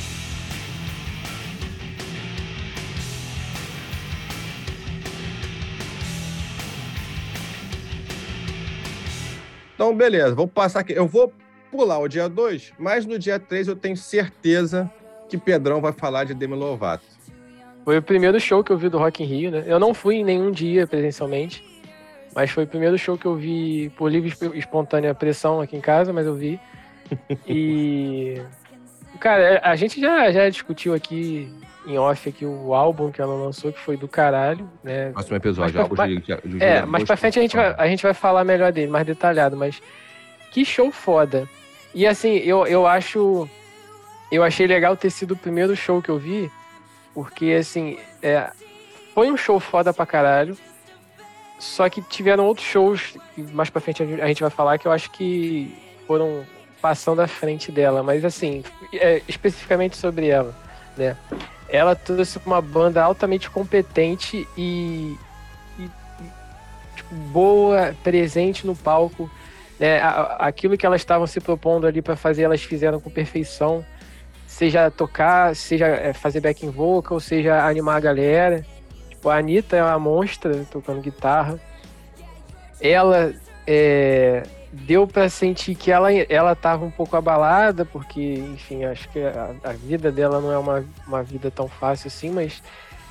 Speaker 1: Então, beleza, vou passar aqui. Eu vou pular o dia 2, mas no dia 3 eu tenho certeza que Pedrão vai falar de Demi Lovato.
Speaker 3: Foi o primeiro show que eu vi do Rock in Rio, né? Eu não fui em nenhum dia presencialmente, mas foi o primeiro show que eu vi por livre e espontânea pressão aqui em casa, mas eu vi. E... Cara, a gente já discutiu aqui em off aqui o álbum que ela lançou, que foi do caralho, né?
Speaker 1: Próximo episódio,
Speaker 3: mais pra frente a gente vai falar melhor dele, mais detalhado, mas que show foda. E assim, eu achei legal ter sido o primeiro show que eu vi, porque assim, foi um show foda pra caralho, só que tiveram outros shows, que mais pra frente a gente vai falar, que eu acho que foram passando à frente dela, mas assim, especificamente sobre ela, né? ela trouxe uma banda altamente competente e tipo, boa, presente no palco, né? Aquilo que elas estavam se propondo ali para fazer, elas fizeram com perfeição, seja tocar, seja fazer backing vocal, seja animar a galera. Tipo, a Anitta é uma monstra tocando guitarra. Ela deu para sentir que ela tava um pouco abalada, porque, enfim, acho que a vida dela não é uma vida tão fácil assim, mas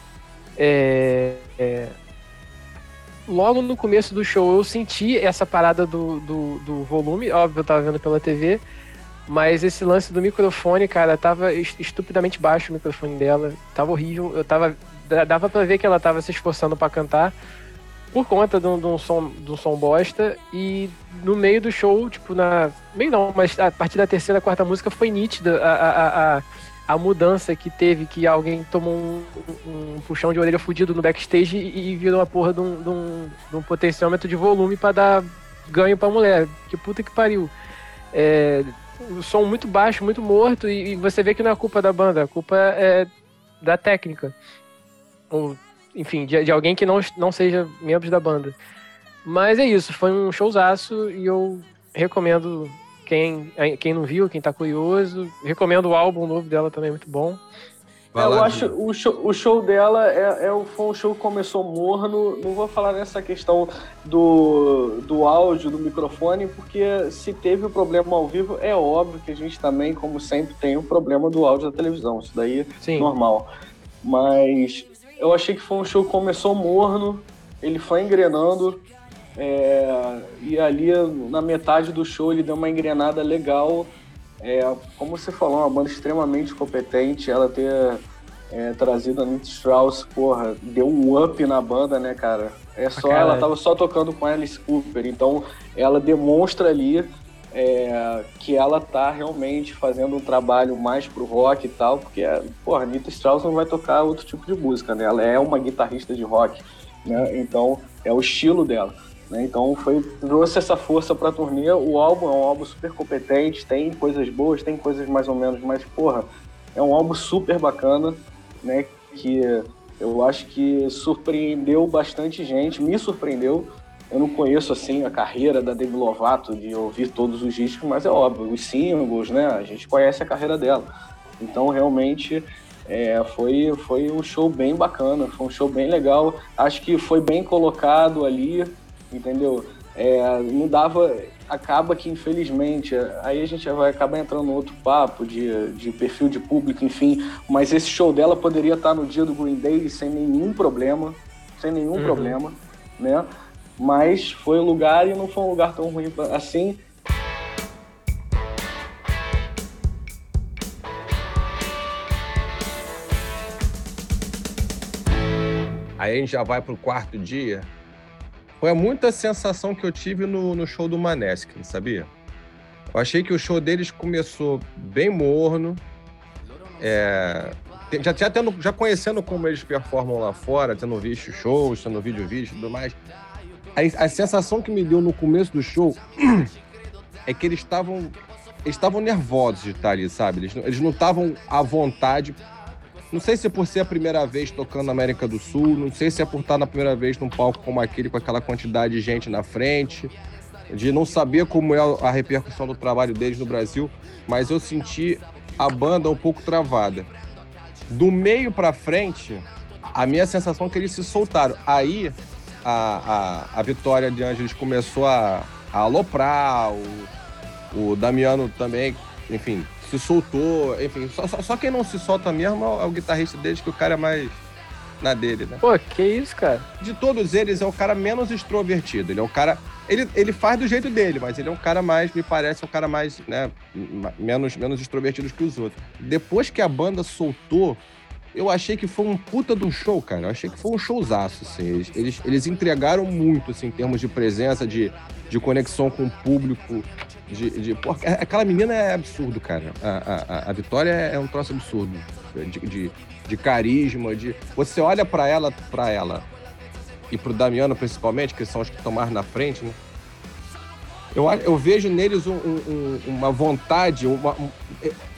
Speaker 3: logo no começo do show eu senti essa parada do volume, óbvio, eu tava vendo pela TV, mas esse lance do microfone, cara, tava estupidamente baixo o microfone dela, tava horrível, dava pra ver que ela tava se esforçando pra cantar, por conta de um som bosta, e no meio do show, tipo, mas a partir da terceira, quarta música foi nítida a mudança que teve, que alguém tomou um puxão de orelha fudido no backstage e virou a porra de um potenciômetro de volume pra dar ganho pra mulher. Que puta que pariu. O som muito baixo, muito morto, e você vê que não é culpa da banda, a culpa é da técnica. Ou, enfim, de alguém que não seja membro da banda. Mas é isso, foi um showzaço e eu recomendo quem não viu, quem tá curioso, recomendo o álbum novo dela também, muito bom.
Speaker 4: Eu acho o show dela foi um show que começou morno. Não vou falar nessa questão do áudio, do microfone, porque se teve o problema ao vivo, é óbvio que a gente também, como sempre, tem o problema do áudio da televisão. Isso daí é normal. Mas eu achei que foi um show que começou morno, ele foi engrenando, e ali na metade do show ele deu uma engrenada legal. Como você falou, uma banda extremamente competente. Ela ter trazido a Anitta Strauss, porra, deu um up na banda, né, cara? Ela tava só tocando com Alice Cooper, então ela demonstra ali que ela tá realmente fazendo um trabalho mais pro rock e tal, porque, porra, a Anitta Strauss não vai tocar outro tipo de música, né? Ela é uma guitarrista de rock, né? Então, é o estilo dela. Então trouxe essa força pra turnê. O álbum é um álbum super competente, tem coisas boas, tem coisas mais ou menos, mas porra, é um álbum super bacana, né, que eu acho que surpreendeu bastante gente, me surpreendeu. Eu não conheço assim a carreira da Demi Lovato de ouvir todos os discos, mas é óbvio, os singles, né, a gente conhece a carreira dela. Então realmente foi um show bem bacana, foi um show bem legal. Acho que foi bem colocado ali, entendeu? Não dava... Acaba que, infelizmente, aí a gente vai acabar entrando no outro papo de perfil de público, enfim, mas esse show dela poderia estar no dia do Green Day sem nenhum problema, né? Mas foi um lugar e não foi um lugar tão ruim assim.
Speaker 1: Aí a gente já vai pro quarto dia. Foi muita sensação que eu tive no show do Maneskin, sabia? Eu achei que o show deles começou bem morno, já conhecendo como eles performam lá fora, tendo visto shows, tendo vídeo e tudo mais. A sensação que me deu no começo do show é que eles estavam nervosos de estar ali, sabe? Eles não estavam à vontade. Não sei se é por ser a primeira vez tocando na América do Sul, não sei se é por estar na primeira vez num palco como aquele, com aquela quantidade de gente na frente, de não saber como é a repercussão do trabalho deles no Brasil, mas eu senti a banda um pouco travada. Do meio pra frente, a minha sensação é que eles se soltaram. Aí, a Vitória de Ângeles começou a aloprar, o Damiano também, enfim... se soltou, enfim, só quem não se solta mesmo é o guitarrista deles, que o cara é mais na dele, né?
Speaker 3: Pô, que isso, cara?
Speaker 1: De todos eles, é o cara menos extrovertido, ele é um cara... Ele faz do jeito dele, mas ele é um cara mais, me parece, um cara mais, né, menos extrovertido que os outros. Depois que a banda soltou, eu achei que foi um puta de um show, cara. Eu achei que foi um showzaço, assim. Eles entregaram muito, assim, em termos de presença, de conexão com o público, Pô, aquela menina é absurdo, cara. A Vitória é um troço absurdo. De carisma, Você olha pra ela e pro Damiano, principalmente, que são os que estão mais na frente, né? Eu vejo neles uma vontade,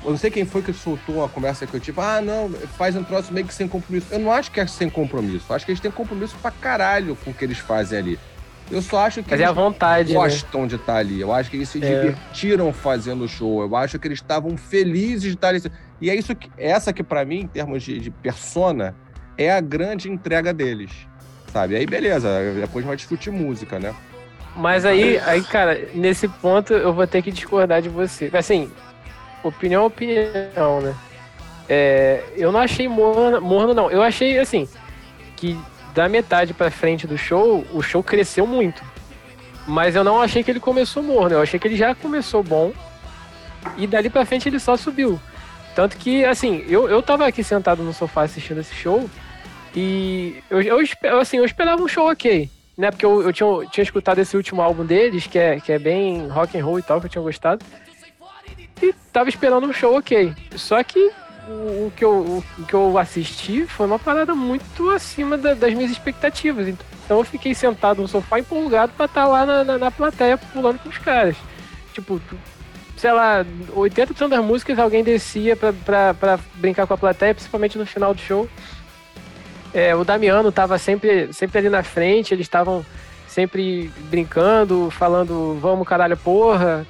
Speaker 1: eu não sei quem foi que soltou uma conversa que eu tipo, não, faz um troço meio que sem compromisso. Eu não acho que é sem compromisso. Eu acho que eles têm compromisso pra caralho com o que eles fazem ali. Eu só acho que
Speaker 3: eles
Speaker 1: a
Speaker 3: vontade,
Speaker 1: gostam de estar ali. Eu acho que eles se divertiram fazendo o show. Eu acho que eles estavam felizes de estar ali. E é isso que, essa que pra mim, em termos de persona, é a grande entrega deles. Sabe? Aí beleza, depois vai discutir música, né?
Speaker 3: Mas aí, cara, nesse ponto eu vou ter que discordar de você. Assim, opinião é opinião, né? Eu não achei morno, não. Eu achei, assim, que da metade pra frente do show, o show cresceu muito. Mas eu não achei que ele começou morno. Eu achei que ele já começou bom. E dali pra frente ele só subiu. Tanto que, assim, eu tava aqui sentado no sofá assistindo esse show. E eu esperava um show ok. Né? Porque eu tinha escutado esse último álbum deles, que é bem rock and roll e tal, que eu tinha gostado. E tava esperando um show ok. Só que o que eu assisti foi uma parada muito acima das minhas expectativas. Então eu fiquei sentado no sofá empolgado pra estar lá na plateia pulando com os caras. Tipo, sei lá, 80% das músicas alguém descia pra brincar com a plateia, principalmente no final do show. O Damiano tava sempre ali na frente, eles estavam sempre brincando, falando vamos caralho porra,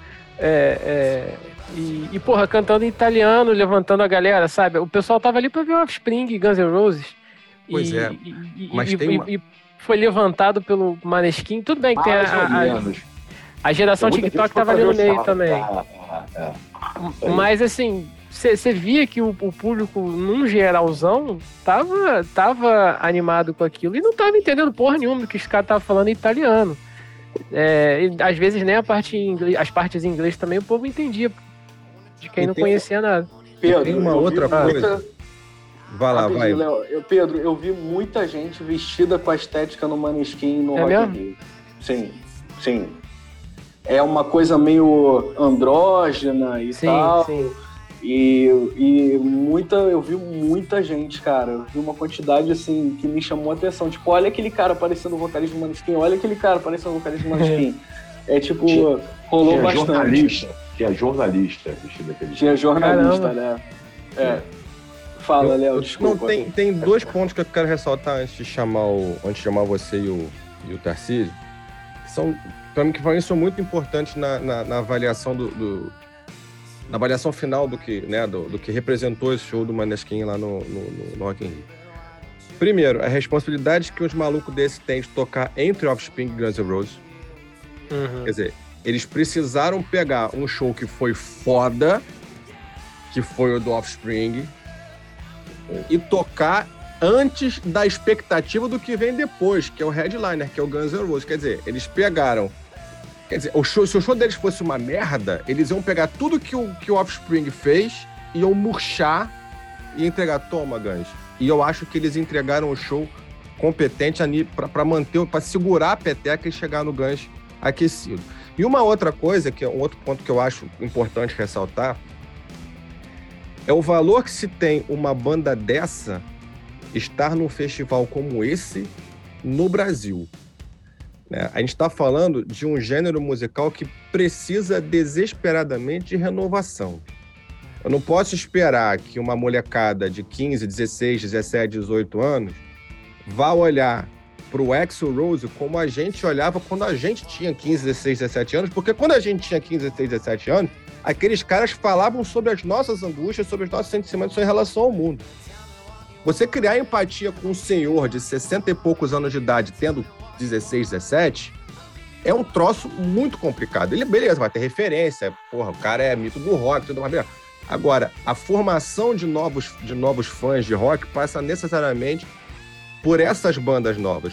Speaker 3: e porra, cantando em italiano, levantando a galera, sabe? O pessoal tava ali pra ver o Offspring e Guns N' Roses.
Speaker 1: Pois mas
Speaker 3: e foi levantado pelo Maneskin. Tudo bem que tem a geração TikTok tava ali no meio também. Mas assim, você via que o público, num geralzão, tava animado com aquilo e não tava entendendo porra nenhuma do que os caras estavam falando em italiano. E, às vezes nem as partes em inglês também o povo entendia, de quem não conhecia nada.
Speaker 1: Pedro, tem uma outra coisa. Vai lá, vai.
Speaker 4: Pedro, eu vi muita gente vestida com a estética no Maneskin no Rock in Rio. Sim. É uma coisa meio andrógena e tal. Sim. E eu vi muita gente, cara. Eu vi uma quantidade, assim, que me chamou a atenção. Tipo, olha aquele cara parecendo o vocalista do Maneskin, olha aquele cara parecendo o vocalista do Maneskin. Rolou bastante.
Speaker 2: Tinha jornalista vestido daquele jeito.
Speaker 4: Tinha jornalista, né? Fala, Léo, desculpa.
Speaker 1: Não, tem dois pontos que eu quero ressaltar antes de chamar você e o Tarcísio, que são, pra mim, são muito importantes na avaliação na avaliação final do que representou esse show do Maneskin lá no Rock in Rio. Primeiro, a responsabilidade que os malucos desses têm de tocar entre Offspring e Guns N' Roses. Quer dizer, eles precisaram pegar um show que foi foda, que foi o do Offspring, e tocar antes da expectativa do que vem depois, que é o headliner, que é o Guns N' Roses. Quer dizer, eles pegaram... Quer dizer, se o show deles fosse uma merda, eles iam pegar tudo que o Offspring fez, iam murchar e entregar, toma, Guns. E eu acho que eles entregaram o show competente pra segurar a peteca e chegar no Guns aquecido. E uma outra coisa, que é um outro ponto que eu acho importante ressaltar, é o valor que se tem uma banda dessa estar num festival como esse no Brasil. A gente está falando de um gênero musical que precisa desesperadamente de renovação. Eu não posso esperar que uma molecada de 15, 16, 17, 18 anos vá olhar para o Axl Rose como a gente olhava quando a gente tinha 15, 16, 17 anos, porque quando a gente tinha 15, 16, 17 anos, aqueles caras falavam sobre as nossas angústias, sobre os nossos sentimentos em relação ao mundo. Você criar empatia com um senhor de 60 e poucos anos de idade, tendo 16, 17, é um troço muito complicado. Ele, beleza, vai ter referência, porra, o cara é mito do rock, tudo mais. Agora, a formação de novos fãs de rock passa necessariamente por essas bandas novas,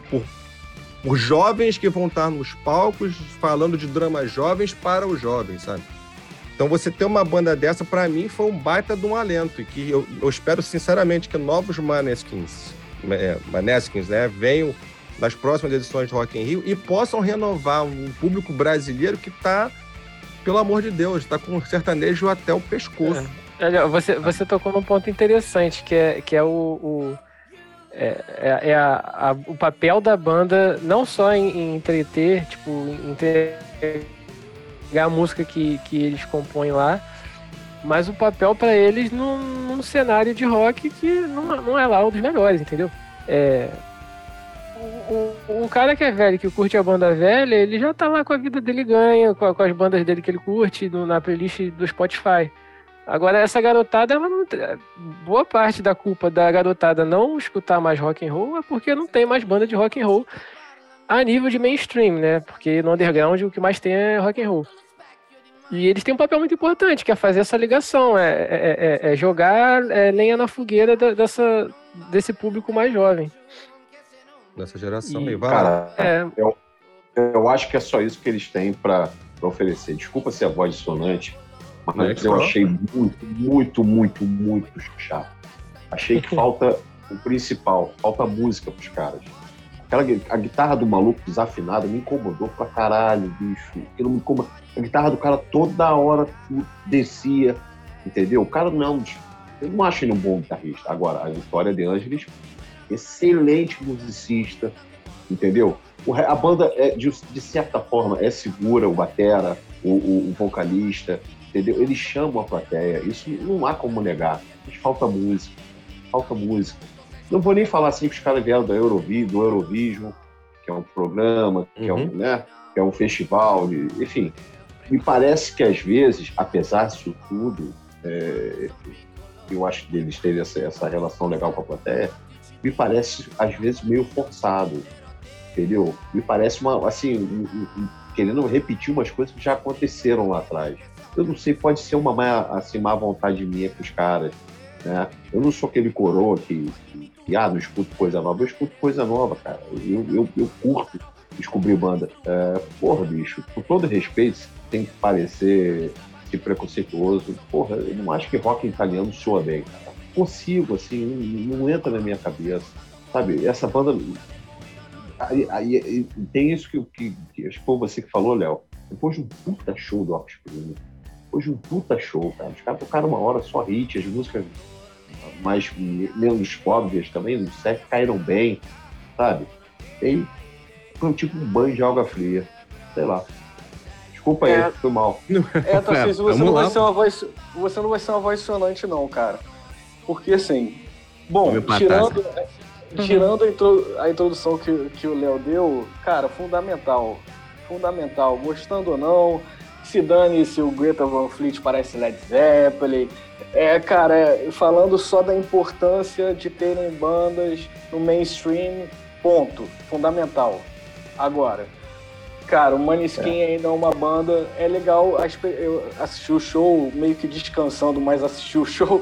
Speaker 1: por jovens que vão estar nos palcos falando de dramas jovens para os jovens, sabe? Então você ter uma banda dessa, pra mim, foi um baita de um alento, e que eu espero sinceramente que novos Maneskins, né, venham nas próximas edições do Rock in Rio e possam renovar um público brasileiro que tá, pelo amor de Deus, tá com o sertanejo até o pescoço.
Speaker 3: Você tocou num ponto interessante, que é o papel da banda, não só em entreter, tipo, entregar a música que eles compõem lá, mas o papel pra eles num cenário de rock que não é lá um dos melhores, entendeu? O cara que é velho, que curte a banda velha, ele já tá lá com a vida dele ganha, com as bandas dele que ele curte, na playlist do Spotify. Agora, essa garotada, ela não. Boa parte da culpa da garotada não escutar mais rock and roll é porque não tem mais banda de rock and roll a nível de mainstream, né? Porque no underground o que mais tem é rock and roll. E eles têm um papel muito importante, que é fazer essa ligação, jogar lenha na fogueira desse público mais jovem.
Speaker 1: Dessa geração
Speaker 2: E,
Speaker 1: aí, vai
Speaker 2: cara,
Speaker 1: lá.
Speaker 2: eu acho que é só isso que eles têm para oferecer. Desculpa ser a voz dissonante, mas eu achei muito chato. Achei que falta o principal, falta música pros caras. A guitarra do maluco desafinada me incomodou pra caralho, bicho. A guitarra do cara toda hora descia, entendeu? O cara não é eu não acho ele um bom guitarrista. Agora, a Vitória de Ângeles, excelente musicista, entendeu? A banda, de certa forma, é segura, o batera, o vocalista, entendeu? Eles chamam a plateia, isso não há como negar. Mas falta música. Não vou nem falar assim que os caras vieram do Eurovision, que é um programa, que é um festival, enfim. Me parece que às vezes, apesar disso tudo, eu acho que eles terem essa relação legal com a plateia, me parece às vezes meio forçado, entendeu? Me parece querendo repetir umas coisas que já aconteceram lá atrás. Eu não sei, pode ser uma má vontade minha com os caras, né? Eu não sou aquele coroa que não escuto coisa nova. Eu escuto coisa nova, cara. Eu curto descobrir banda. Porra, bicho, com todo respeito, tem que parecer preconceituoso. Porra, eu não acho que rock italiano soa bem, cara. Consigo, assim, não entra na minha cabeça, sabe? Essa banda... Aí tem isso que acho que foi você que falou, Léo. Depois de um puta show do Offspring, cara. Os caras tocaram uma hora só hit, as músicas menos óbvias também, no set, caíram bem, sabe? E foi tipo um banho de água fria, sei lá. Desculpa aí, foi mal.
Speaker 4: Tarcísio, você não vai ser uma voz sonante não, cara. Porque assim, bom, tirando a introdução que o Léo deu, cara, fundamental, gostando ou não, se dane se o Greta Van Fleet parece Led Zeppelin, cara, falando só da importância de terem bandas no mainstream, ponto, fundamental. Agora, cara, o Maneskin ainda é uma banda, é legal, eu assisti o show, meio que descansando, mas assisti o show,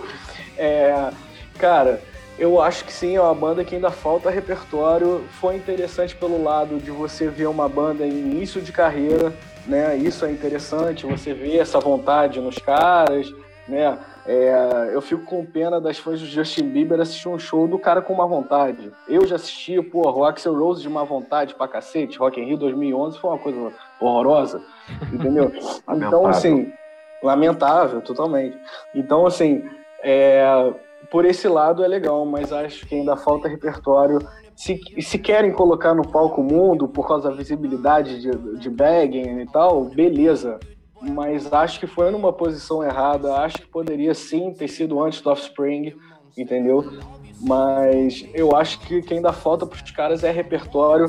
Speaker 4: cara, eu acho que sim, é uma banda que ainda falta repertório. Foi interessante pelo lado de você ver uma banda em início de carreira, né? Isso é interessante, você vê essa vontade nos caras, né? Eu fico com pena das fãs do Justin Bieber assistir um show do cara com má vontade. Eu já assisti, o Axl Rose de má vontade pra cacete, Rock in Rio 2011 foi uma coisa horrorosa, entendeu? Então, assim, lamentável, totalmente. Então, assim, por esse lado é legal, mas acho que ainda falta repertório. Se querem colocar no palco mundo por causa da visibilidade de Bagging e tal, beleza. Mas acho que foi numa posição errada. Acho que poderia sim ter sido antes do Offspring, entendeu? Mas eu acho que ainda falta para os caras é repertório.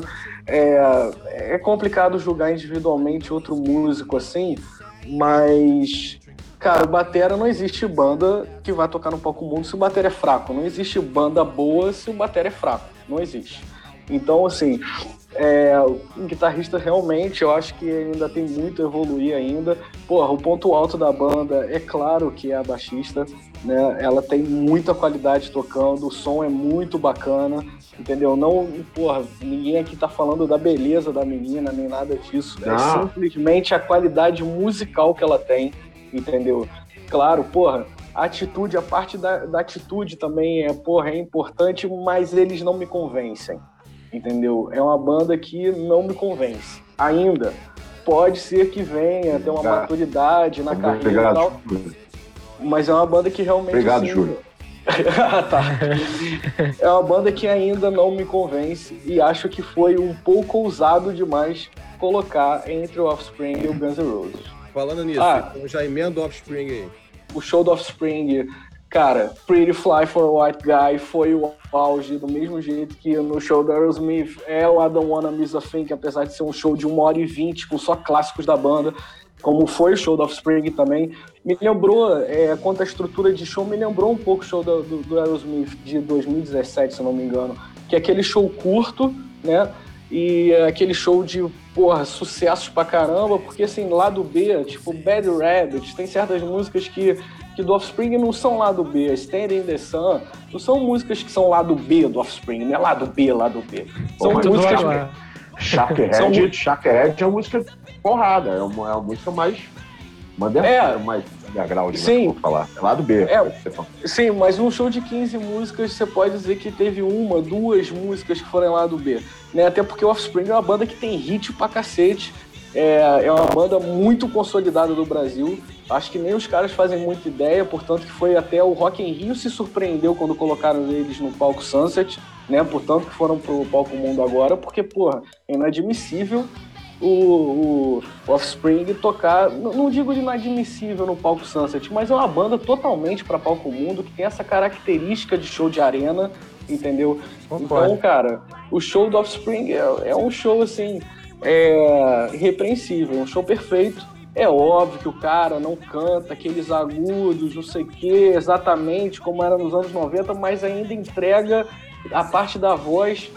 Speaker 4: É complicado julgar individualmente outro músico assim, mas... Cara, o batera, não existe banda que vai tocar no palco mundo se o batera é fraco. Não existe banda boa se o batera é fraco. Não existe. Então, assim, um guitarrista realmente, eu acho que ainda tem muito a evoluir ainda. Porra, o ponto alto da banda é claro que é a baixista, né? Ela tem muita qualidade tocando, o som é muito bacana, entendeu? Não, porra, ninguém aqui tá falando da beleza da menina, nem nada disso. É simplesmente a qualidade musical que ela tem. Entendeu? Claro, porra, a atitude, a parte da atitude também é importante, mas eles não me convencem, entendeu? É uma banda que não me convence. Ainda, pode ser que venha ter uma maturidade na carreira e tal, mas é uma banda que realmente...
Speaker 2: Obrigado, Júlio.
Speaker 4: Tá. É uma banda que ainda não me convence e acho que foi um pouco ousado demais colocar entre o Offspring e o Guns N' Roses.
Speaker 1: Falando nisso, então já emenda o Offspring aí.
Speaker 4: o show do Offspring, cara, Pretty Fly for a White Guy foi o auge, do mesmo jeito que no show do Aerosmith é o I Don't Wanna Miss a Thing, apesar de ser um show de 1h20 com só clássicos da banda, como foi o show do Offspring também. Me lembrou, quanto à estrutura de show, me lembrou um pouco o show do Aerosmith de 2017, se eu não me engano, que é aquele show curto, né? E aquele show de, sucessos pra caramba, porque assim, lado B, tipo Bad Rabbit, tem certas músicas que do Offspring não são lado B, Standing in the Sun, não são músicas que são lado B do Offspring, não é lado B. São músicas...
Speaker 2: Shakehead é uma música porrada, é uma música mais underground,
Speaker 4: sim,
Speaker 2: vou falar. É lado B.
Speaker 4: Sim, mas um show de 15 músicas, você pode dizer que teve 1, 2 músicas que foram lado B, né? Até porque o Offspring é uma banda que tem hit pra cacete, é uma banda muito consolidada do Brasil, acho que nem os caras fazem muita ideia, portanto que foi até o Rock in Rio se surpreendeu quando colocaram eles no palco Sunset, né? Portanto que foram pro palco Mundo agora, porque, é inadmissível o Offspring tocar, não digo de inadmissível no palco Sunset, mas é uma banda totalmente para palco Mundo, que tem essa característica de show de arena, entendeu?
Speaker 1: Concordo.
Speaker 4: Então, cara, o show do Offspring é um show, assim, irrepreensível, um show perfeito. É óbvio que o cara não canta aqueles agudos, não sei o que, exatamente como era nos anos 90, mas ainda entrega a parte da voz,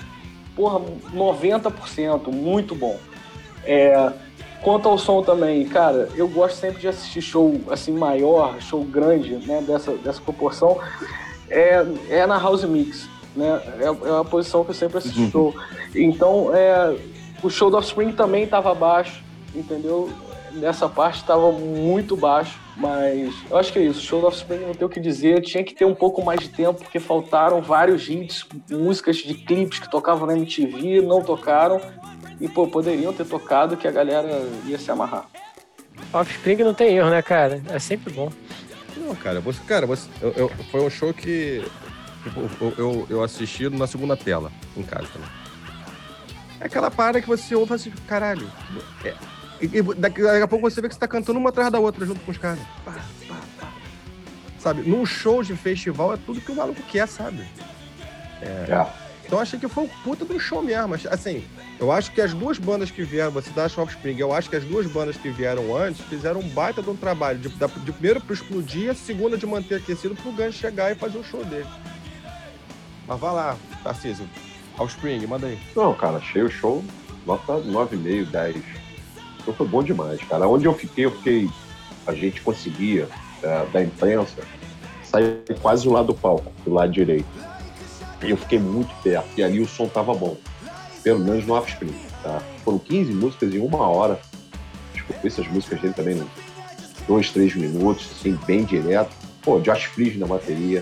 Speaker 4: 90%, muito bom. Quanto ao som também, cara, eu gosto sempre de assistir show assim maior, show grande, né, dessa proporção, é na House Mix, né, é uma posição que eu sempre assisto show. Então, o show do Offspring também estava baixo, entendeu? Nessa parte estava muito baixo, mas eu acho que é isso, o show do Offspring não tem o que dizer, tinha que ter um pouco mais de tempo, porque faltaram vários hits, músicas de clipes que tocavam na MTV, não tocaram, e, poderiam ter tocado que a galera ia se amarrar.
Speaker 3: Offspring não tem erro, né, cara? É sempre bom.
Speaker 1: Não, cara, foi um show que eu assisti na segunda tela, em casa também. É aquela parada que você ouve assim, caralho. E daqui a pouco você vê que você tá cantando uma atrás da outra junto com os caras. Pá. Sabe? Num show de festival é tudo que o maluco quer, sabe? Então achei que foi um puta do show mesmo. Assim, eu acho que as duas bandas que vieram, você dá Offspring, eu acho que as duas bandas que vieram antes fizeram um baita de um trabalho. De primeiro pra explodir, a segunda de manter aquecido pro Guns chegar e fazer o show dele. Mas vai lá, Tarcísio. Offspring, manda aí.
Speaker 2: Não, cara, achei o show nota 9,5, 10. O show foi bom demais, cara. Onde eu fiquei, a gente conseguia, da imprensa, sair quase do lado do palco, do lado direito. E eu fiquei muito perto, e ali o som tava bom. Pelo menos no Offspring, tá? Foram 15 músicas em 1 hora. Desculpa, essas músicas dele também, 2, 3 minutos, assim, bem direto. Josh Freese na bateria,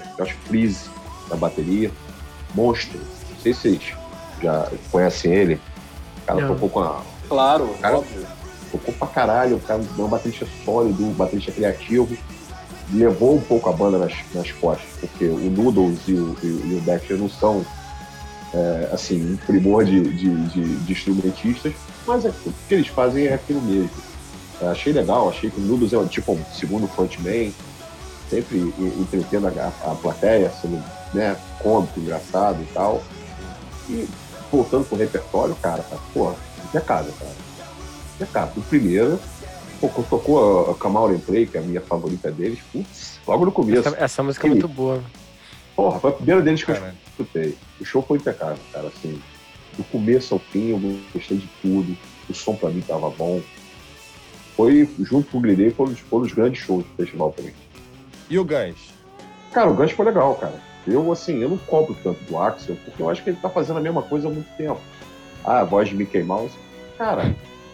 Speaker 2: monstro. Não sei se vocês já conhecem ele. O cara tocou com a...
Speaker 4: Claro,
Speaker 2: óbvio. Tocou pra caralho, o cara é um baterista sólido, um baterista criativo. Levou um pouco a banda nas costas, porque o Noodles e o Dexter não são assim, um primor de instrumentistas, mas o que eles fazem é aquilo mesmo. Achei legal, achei que o Noodles é tipo um segundo frontman, sempre entretendo a plateia, sendo, né, cômico, engraçado e tal. E voltando pro repertório, cara, impecável, cara. O primeiro, quando tocou a Come Out and Play, que é a minha favorita deles, logo no começo.
Speaker 3: Essa música é muito boa.
Speaker 2: Foi a primeira deles que eu escutei. O show foi impecável, cara, assim. Do começo ao fim, eu gostei de tudo. O som pra mim tava bom. Foi, junto com o Green Day, foram os grandes shows do festival pra mim.
Speaker 1: E o Guns?
Speaker 2: Cara, o Guns foi legal, cara. Eu não cobro tanto do Axl, porque eu acho que ele tá fazendo a mesma coisa há muito tempo. A voz de Mickey Mouse. Cara,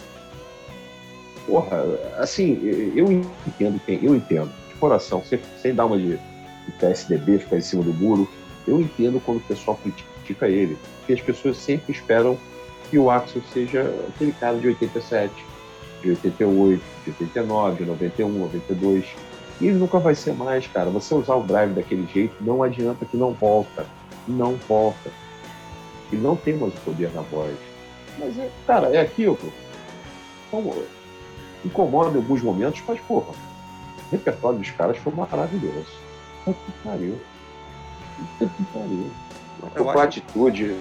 Speaker 2: assim, eu entendo, de coração, sem dar uma de PSDB, ficar em cima do muro, eu entendo quando o pessoal critica ele, porque as pessoas sempre esperam que o Axl seja aquele cara de 87, de 88, de 89, de 91, 92, e ele nunca vai ser mais, cara. Você usar o drive daquele jeito, não adianta, que não volta. Ele não tem mais o poder na voz. Mas, cara, é aquilo. Incomoda em alguns momentos, mas, repertório dos caras foi maravilhoso. Puta que pariu. Tocou a atitude,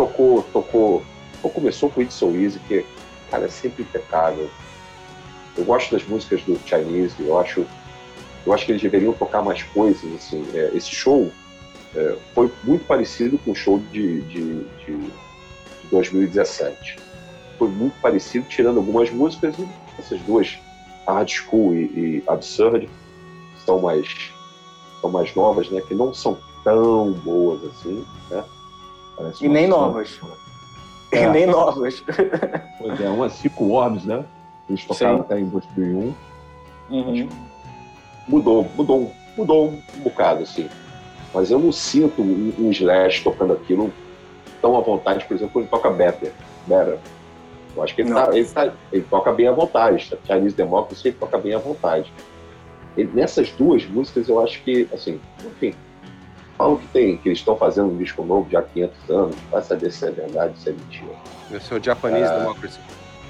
Speaker 2: começou com It's So Easy, que, cara, é sempre impecável. Eu gosto das músicas do Chinese, eu acho que eles deveriam tocar mais coisas, assim. Esse show foi muito parecido com o show de 2017. Foi muito parecido, tirando algumas músicas, e essas duas, Hard School e Absurd, são mais novas, né, que não são tão boas assim, né?
Speaker 4: E nem novas. E nem novas.
Speaker 2: Pois é, umas 5 Orbs, né? Eles tocaram até em 2001.
Speaker 4: Uhum.
Speaker 2: Mudou um bocado, assim. Mas eu não sinto um Slash tocando aquilo tão à vontade, por exemplo, quando ele toca Better. Eu acho que ele toca bem à vontade. Chinese Democracy, ele toca bem à vontade. Nessas duas músicas, eu acho que, assim, enfim, falam que eles estão fazendo um disco novo já há 500 anos, vai saber se é verdade, se é mentira.
Speaker 1: Esse é o Japanese Democracy.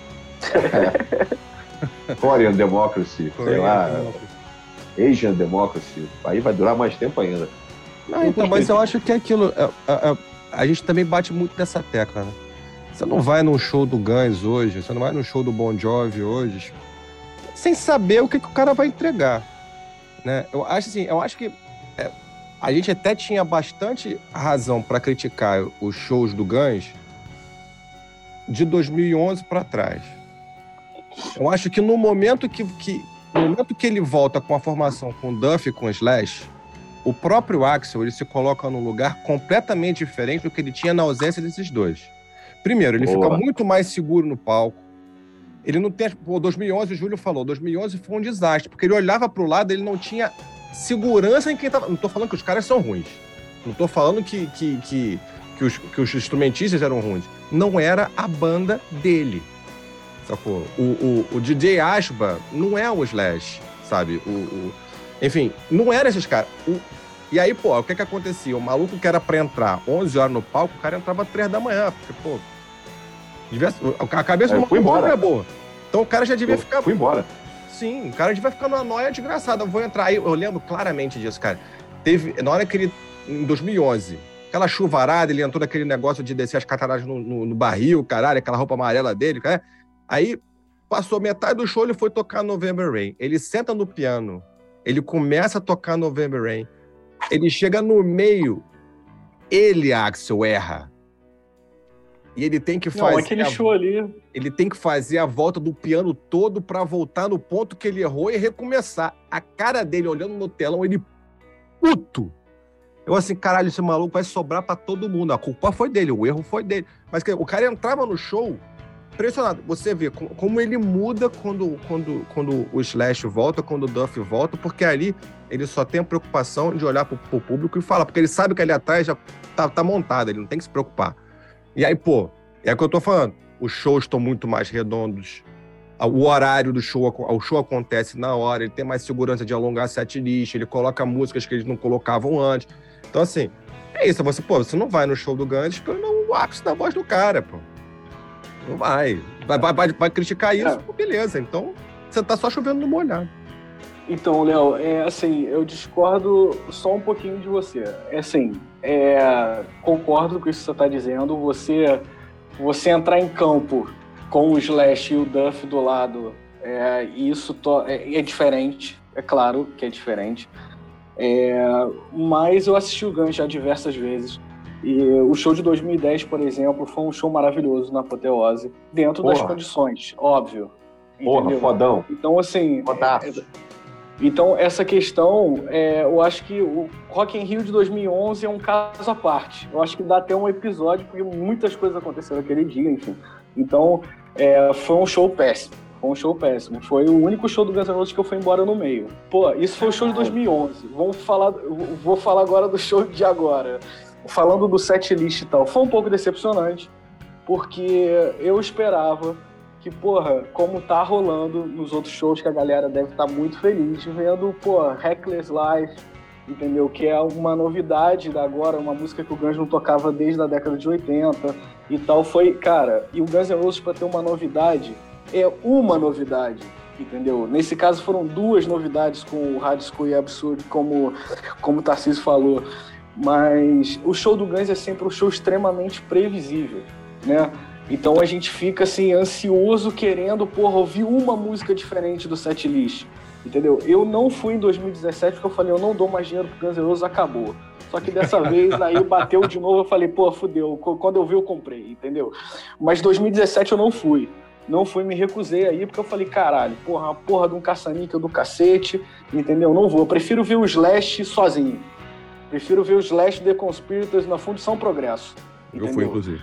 Speaker 2: Korean Democracy, sei lá, Asian Democracy, aí vai durar mais tempo ainda.
Speaker 1: Então, mas eu acho que é aquilo, a gente também bate muito nessa tecla, né? Você não vai num show do Guns hoje, você não vai num show do Bon Jovi hoje, sem saber o que o cara vai entregar, né? Eu acho que a gente até tinha bastante razão para criticar os shows do Guns de 2011 para trás. Eu acho que no momento que ele volta com a formação com o Duff e com o Slash, o próprio Axl, ele se coloca num lugar completamente diferente do que ele tinha na ausência desses dois. Primeiro, ele fica muito mais seguro no palco. Ele não tem... 2011, o Júlio falou, 2011 foi um desastre, porque ele olhava pro lado, ele não tinha segurança em quem tava... Não tô falando que os caras são ruins. Não tô falando que os instrumentistas eram ruins. Não era a banda dele. Sacou? O DJ Ashba não é o Slash, sabe? Enfim, não era esses caras. E aí, pô, o que acontecia? O maluco que era pra entrar 11 horas no palco, o cara entrava 3 da manhã, porque, pô... a cabeça do maluco não é boa. Então o cara já devia ficar...
Speaker 2: Fui embora.
Speaker 1: Sim, o cara devia ficar numa noia desgraçada. Eu vou entrar aí, eu lembro claramente disso, cara. Na hora que ele... Em 2011... Aquela chuvarada, ele entrou naquele negócio de descer as cataratas no barril, caralho, aquela roupa amarela dele, cara. Aí, passou metade do show, ele foi tocar November Rain. Ele senta no piano, ele começa a tocar November Rain. Ele chega no meio, Axl, erra. E ele tem que fazer...
Speaker 4: aquele show ali...
Speaker 1: Ele tem que fazer a volta do piano todo pra voltar no ponto que ele errou e recomeçar. A cara dele, olhando no telão, ele... Puto! Eu assim, caralho, esse maluco vai sobrar pra todo mundo. A culpa foi dele, o erro foi dele. Mas o cara entrava no show impressionado. Você vê como ele muda quando o Slash volta, quando o Duff volta, porque ali ele só tem a preocupação de olhar pro público e falar, porque ele sabe que ali atrás já tá montado, ele não tem que se preocupar. E aí, pô, é o que eu tô falando. Os shows estão muito mais redondos. O horário do show, o show acontece na hora, ele tem mais segurança de alongar a setlist, ele coloca músicas que eles não colocavam antes. Então, assim, é isso. Você não vai no show do Guns esperando o ápice da voz do cara, pô. Não vai. Vai criticar isso, pô, beleza. Então, você tá só chovendo no molhado.
Speaker 4: Então, Léo, assim, eu discordo só um pouquinho de você. Concordo com isso que você tá dizendo. Você entrar em campo com o Slash e o Duff do lado, isso é diferente. É claro que é diferente. Mas eu assisti o Guns já diversas vezes. E o show de 2010, por exemplo, foi um show maravilhoso na Apoteose, dentro das condições, óbvio.
Speaker 2: Porra, fodão.
Speaker 4: Então, assim... Então, essa questão, eu acho que o Rock in Rio de 2011 é um caso à parte. Eu acho que dá até um episódio, porque muitas coisas aconteceram aquele dia, enfim. Então, foi um show péssimo. Foi o único show do Guns N' Roses que eu fui embora no meio. Pô, isso foi o show de 2011. Vou falar agora do show de agora. Falando do setlist e tal, foi um pouco decepcionante, porque eu esperava que, porra, como tá rolando nos outros shows, que a galera deve estar muito feliz vendo, Reckless Life, entendeu? Que é uma novidade da agora, uma música que o Guns não tocava desde a década de 80 e tal. Foi, cara, e o Guns N' Roses, pra ter uma novidade, é uma novidade. entendeu? Nesse caso foram 2 novidades com o Hard School e Absurd, como o Tarcísio falou, mas o show do Guns é sempre um show extremamente previsível, né? Então a gente fica assim, ansioso, querendo, ouvir uma música diferente do setlist, entendeu? Eu não fui em 2017 porque eu falei, eu não dou mais dinheiro pro Guns N' Roses, acabou. Só que dessa vez, aí bateu de novo, eu falei, fudeu, quando eu vi eu comprei, entendeu? Mas 2017 eu não fui, me recusei aí, porque eu falei, caralho, uma porra de um caça-níquel do cacete, entendeu? Não vou, eu prefiro ver o Slash sozinho, prefiro ver o Slash The Conspirators na Fundição Progresso. Entendeu?
Speaker 1: Eu fui, inclusive.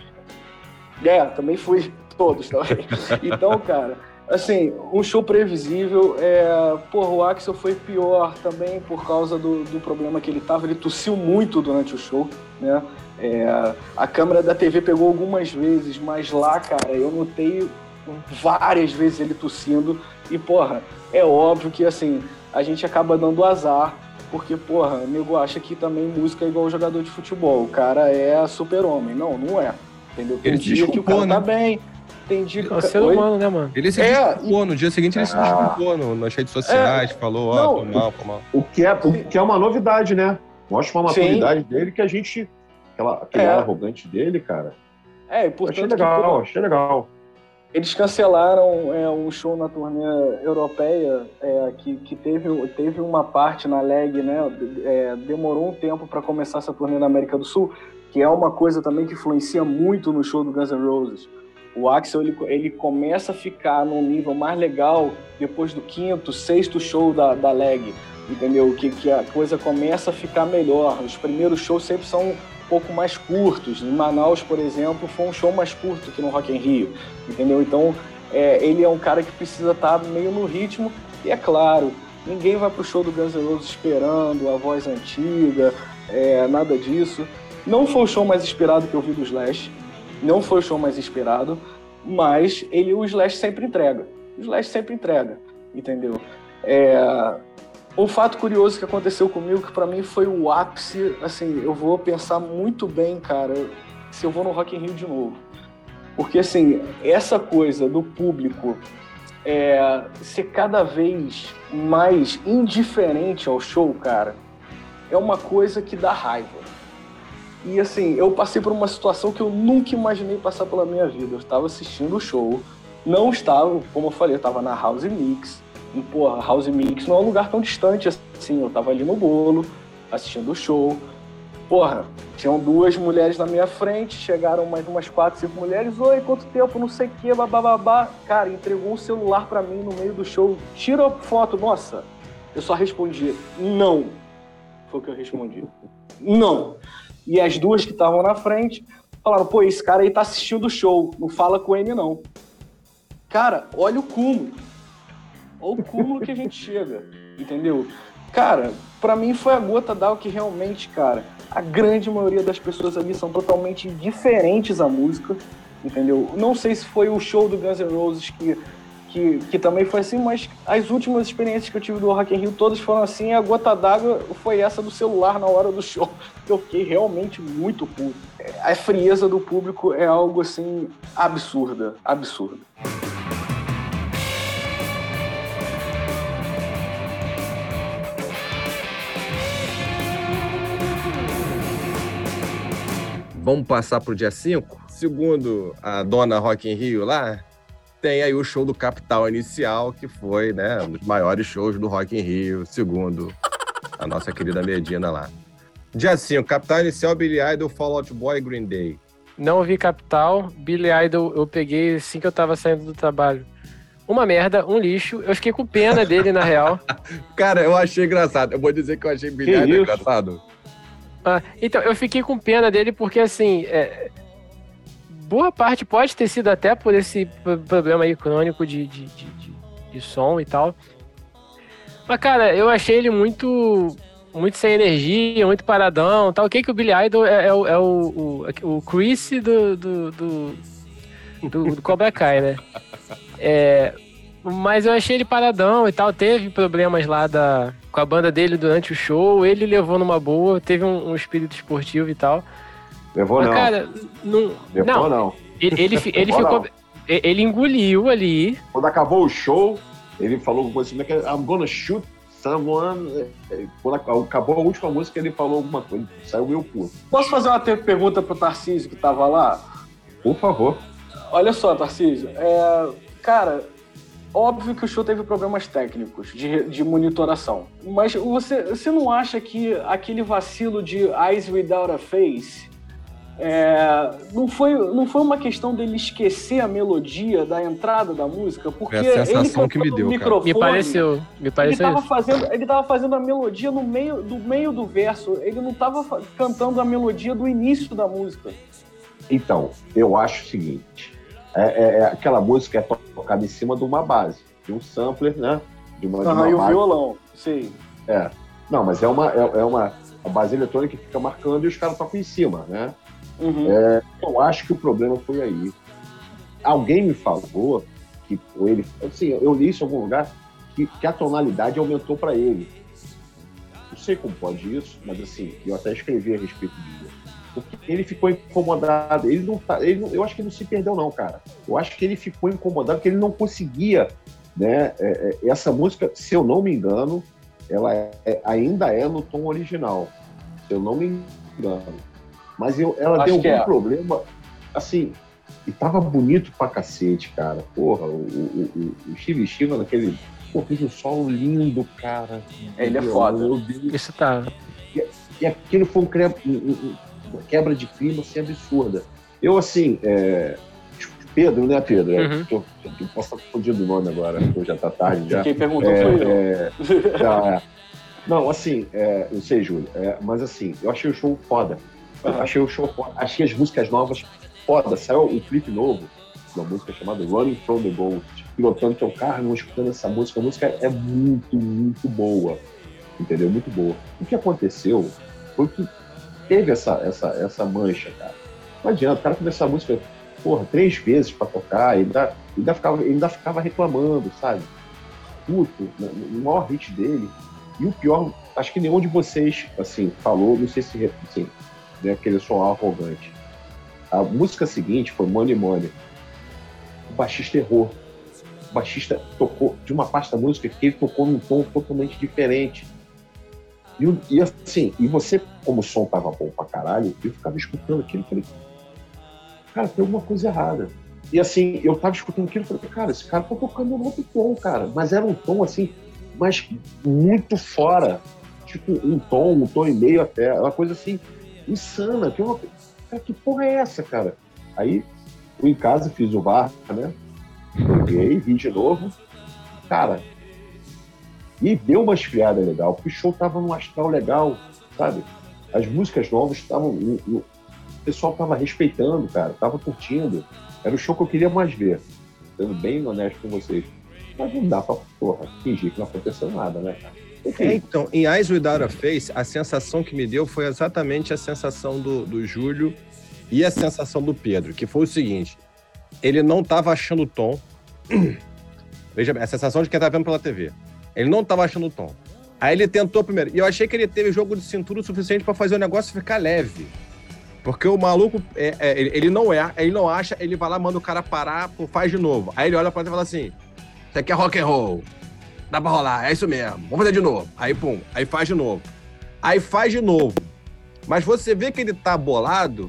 Speaker 4: Também fui, todos também. Então, cara, assim, um show previsível, o Axl foi pior também por causa do problema que ele tossiu muito durante o show, né? A câmera da TV pegou algumas vezes, mas lá, cara, eu notei várias vezes ele tossindo e, é óbvio que, assim, a gente acaba dando azar, porque, o nego acha que também música é igual jogador de futebol, o cara é super-homem. Não é, entendeu? Tem dia que o cara tá bem, tem dia que
Speaker 3: é ser humano, né, mano?
Speaker 1: Ele se desculpou, no dia seguinte ele se desculpou nas redes sociais, falou, tô mal.
Speaker 2: O que é uma novidade, né? Mostra uma maturidade dele que a gente... Aquele ar arrogante dele, cara.
Speaker 4: E portanto...
Speaker 2: Achei legal.
Speaker 4: Eles cancelaram um show na turnê europeia que teve uma parte na leg, né? Demorou um tempo para começar essa turnê na América do Sul, que é uma coisa também que influencia muito no show do Guns N' Roses. O Axl ele começa a ficar num nível mais legal depois do 5º, 6º show da leg, entendeu? Que a coisa começa a ficar melhor. Os primeiros shows sempre são um pouco mais curtos. Em Manaus, por exemplo, foi um show mais curto que no Rock in Rio, entendeu? Então, ele é um cara que precisa estar meio no ritmo. E é claro, ninguém vai pro show do Guns N' Roses esperando a voz antiga, nada disso. Não foi o show mais esperado que eu vi do Slash. Não foi o show mais esperado, mas o Slash sempre entrega. Entendeu? Um fato curioso que aconteceu comigo, que pra mim foi o ápice, assim, eu vou pensar muito bem, cara, se eu vou no Rock in Rio de novo. Porque, assim, essa coisa do público ser cada vez mais indiferente ao show, cara, é uma coisa que dá raiva. E, assim, eu passei por uma situação que eu nunca imaginei passar pela minha vida. Eu estava assistindo o show, não estava, como eu falei, eu estava na House Mix. E, House Mix não é um lugar tão distante assim. Eu estava ali no bolo, assistindo o show. Tinham 2 mulheres na minha frente, chegaram mais umas 4, 5 mulheres. Oi, quanto tempo, não sei o que, bababá. Cara, entregou um celular pra mim no meio do show. Tira a foto, nossa. Eu só respondi, não. Foi o que eu respondi. Não. E as 2 que estavam na frente falaram, esse cara aí tá assistindo o show, não fala com ele não. Cara, olha o cúmulo. Olha o cúmulo que a gente chega, entendeu? Cara, pra mim foi a gota d'água que realmente, cara, a grande maioria das pessoas ali são totalmente indiferentes à música, entendeu? Não sei se foi o show do Guns N' Roses que também foi assim, mas as últimas experiências que eu tive do Rock in Rio, todas foram assim, e a gota d'água foi essa do celular na hora do show, que eu fiquei realmente muito puto. A frieza do público é algo, assim, absurda.
Speaker 1: Vamos passar pro dia 5? Segundo a dona Rock in Rio lá, tem aí o show do Capital Inicial, que foi, né, um dos maiores shows do Rock in Rio, segundo a nossa querida Medina lá. Dia 5, Capital Inicial, Billy Idol, Fall Out Boy, Green Day.
Speaker 3: Não ouvi Capital, Billy Idol eu peguei assim que eu tava saindo do trabalho. Uma merda, um lixo, eu fiquei com pena dele, na real.
Speaker 1: Cara, eu achei engraçado, eu vou dizer que eu achei Billy Idol engraçado.
Speaker 3: Então, eu fiquei com pena dele porque, assim, boa parte pode ter sido até por esse problema aí crônico de som e tal. Mas, cara, eu achei ele muito sem energia, muito paradão, tal. O que o Billy Idol é o Chris do Cobra Kai, né? Mas eu achei ele paradão e tal. Teve problemas lá com a banda dele durante o show. Ele levou numa boa, teve um espírito esportivo e tal.
Speaker 2: Levou
Speaker 3: mas,
Speaker 2: não.
Speaker 3: Cara, não. Ele ficou. Ele engoliu ali.
Speaker 2: Quando acabou o show, Ele falou alguma coisa assim, I'm gonna shoot someone. Quando acabou a última música, ele falou alguma coisa. Saiu meio puto.
Speaker 4: Posso fazer uma pergunta pro Tarcísio, que tava lá?
Speaker 2: Por favor.
Speaker 4: Olha só, Tarcísio. Cara, óbvio que o show teve problemas técnicos de monitoração. Mas você não acha que aquele vacilo de Eyes Without a Face não foi uma questão dele esquecer a melodia da entrada da música? Porque
Speaker 1: é a sensação
Speaker 4: ele
Speaker 1: que me deu,
Speaker 3: Me pareceu
Speaker 4: ele tava fazendo a melodia no meio do verso. Ele não tava cantando a melodia do início da música.
Speaker 2: Então, eu acho o seguinte. Aquela música é tocada em cima de uma base, de um sampler, né? De uma
Speaker 4: e o violão, sim.
Speaker 2: Não, mas é uma a base eletrônica que fica marcando e os caras tocam em cima, né?
Speaker 4: Uhum.
Speaker 2: Eu acho que o problema foi aí. Alguém me falou que ele, assim, eu li isso em algum lugar, que a tonalidade aumentou para ele. Não sei como pode isso, mas assim, eu até escrevi a respeito disso. Porque ele ficou incomodado. Eu acho que ele não se perdeu, não, cara. Eu acho que ele ficou incomodado porque ele não conseguia, né? Essa música, se eu não me engano, ela ainda é no tom original. Se eu não me engano. Mas ela tem algum problema, assim, e tava bonito pra cacete, cara. Porra, o Steve Shiva naquele... Pô, fez um solo lindo, cara.
Speaker 4: Ele é foda.
Speaker 3: Isso tá...
Speaker 2: E aquilo foi uma quebra de clima, assim, absurda. Eu, assim, Pedro, né, Pedro?
Speaker 3: Uhum.
Speaker 2: Eu posso estar confundindo o nome agora, porque já tá tarde já.
Speaker 4: Quem perguntou foi eu.
Speaker 2: Não, assim, eu sei, Júlio, mas assim, eu achei o show foda. Achei o show foda. Achei as músicas novas foda. Saiu um clipe novo, uma música chamada Running from the Ghost, pilotando teu carro, escutando essa música. A música é muito, muito boa. Entendeu? Muito boa. O que aconteceu foi que teve essa mancha, cara. Não adianta, o cara começou a música, porra, 3 vezes pra tocar, e ainda ficava reclamando, sabe? Puto, no maior hit dele. E o pior, acho que nenhum de vocês, assim, falou, não sei se, assim, né, que ele sou arrogante. A música seguinte foi Money Money. O baixista errou. O baixista tocou de uma parte da música que ele tocou num tom totalmente diferente. E assim, e você, como o som tava bom pra caralho, eu ficava escutando aquilo e falei, cara, tem alguma coisa errada. E assim, eu tava escutando aquilo e falei, cara, esse cara tá tocando um outro tom, cara. Mas era um tom assim, mas muito fora. Tipo, um tom e meio até. Uma coisa assim, insana. Cara, que porra é essa, cara? Aí, fui em casa, fiz o VAR, né? Joguei, vi de novo. Cara, e deu uma esfriada legal, porque o show tava num astral legal, sabe? As músicas novas estavam... O pessoal tava respeitando, cara. Tava curtindo. Era o show que eu queria mais ver. Sendo bem honesto com vocês. Mas não dá pra, porra, fingir que não aconteceu nada, né, cara?
Speaker 1: Então, em Eyes Without a Face, a sensação que me deu foi exatamente a sensação do Júlio e a sensação do Pedro, que foi o seguinte, ele não estava achando o tom, veja bem, a sensação de quem tá vendo pela TV, ele não estava achando o tom. Aí ele tentou primeiro, e eu achei que ele teve jogo de cintura o suficiente para fazer o negócio ficar leve, porque o maluco, ele não acha, ele vai lá, manda o cara parar, faz de novo. Aí ele olha pra ele e fala assim, isso aqui é rock and roll. Dá pra rolar, é isso mesmo. Vamos fazer de novo. Aí, pum, aí faz de novo. Aí faz de novo. Mas você vê que ele tá bolado,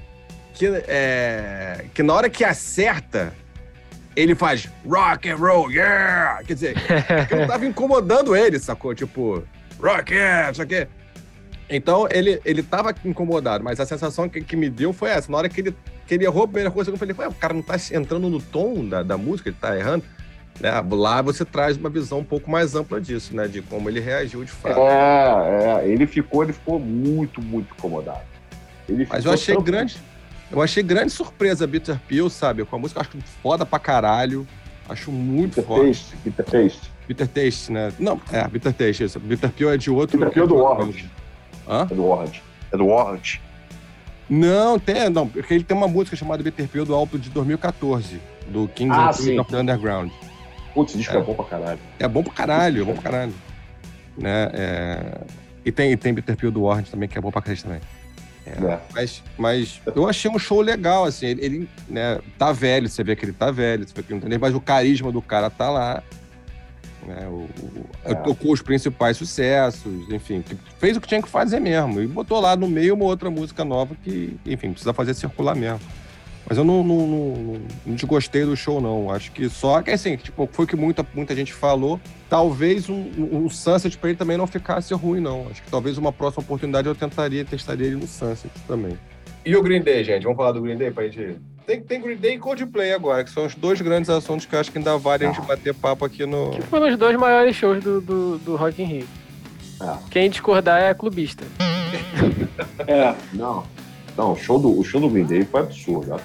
Speaker 1: que na hora que acerta, ele faz rock and roll, yeah! Quer dizer, aquilo tava incomodando ele, sacou? Tipo, rock, yeah, isso aqui. Então, ele tava incomodado, mas a sensação que me deu foi essa. Na hora que ele errou, a primeira coisa que eu falei, o cara não tá entrando no tom da música, ele tá errando. Né? Lá você traz uma visão um pouco mais ampla disso, né? De como ele reagiu de fato.
Speaker 2: Ele ficou muito, muito incomodado.
Speaker 1: Mas eu achei grande surpresa Bitter Pill, sabe? Com a música, eu acho foda pra caralho. Acho muito foda. Bitter Taste, né? Não, Bitter Taste, isso. Bitter Pill é de outro...
Speaker 2: Bitter Pill é do Warrant.
Speaker 1: Hã?
Speaker 2: É do Warrant.
Speaker 1: Não, porque ele tem uma música chamada Bitter Pill do álbum de 2014, do Kings and Queens of the Underground.
Speaker 2: Putz, esse disco é bom pra caralho.
Speaker 1: É bom pra caralho, Né? E tem Bitter Pill do Warren também, que é bom pra caralho também. Mas eu achei um show legal, assim. Ele né, tá velho, você vê que ele tá velho, você vê que não tem nem, mas o carisma do cara tá lá. né? Tocou os principais sucessos, enfim, fez o que tinha que fazer mesmo, e botou lá no meio uma outra música nova que, enfim, precisa fazer circular mesmo. Mas eu não desgostei do show, não. Acho que só que, assim, tipo, foi o que muita gente falou. Talvez um Sunset pra ele também não ficasse ruim, não. Acho que talvez uma próxima oportunidade eu testaria ele no Sunset também. E o Green Day, gente? Vamos falar do Green Day pra gente... Tem Green Day e Coldplay agora, que são os dois grandes assuntos que eu acho que ainda vale a gente bater papo aqui no...
Speaker 3: Que foram os dois maiores shows do Rock in Rio. Quem discordar é clubista.
Speaker 2: Não, o show do Green Day foi absurdo.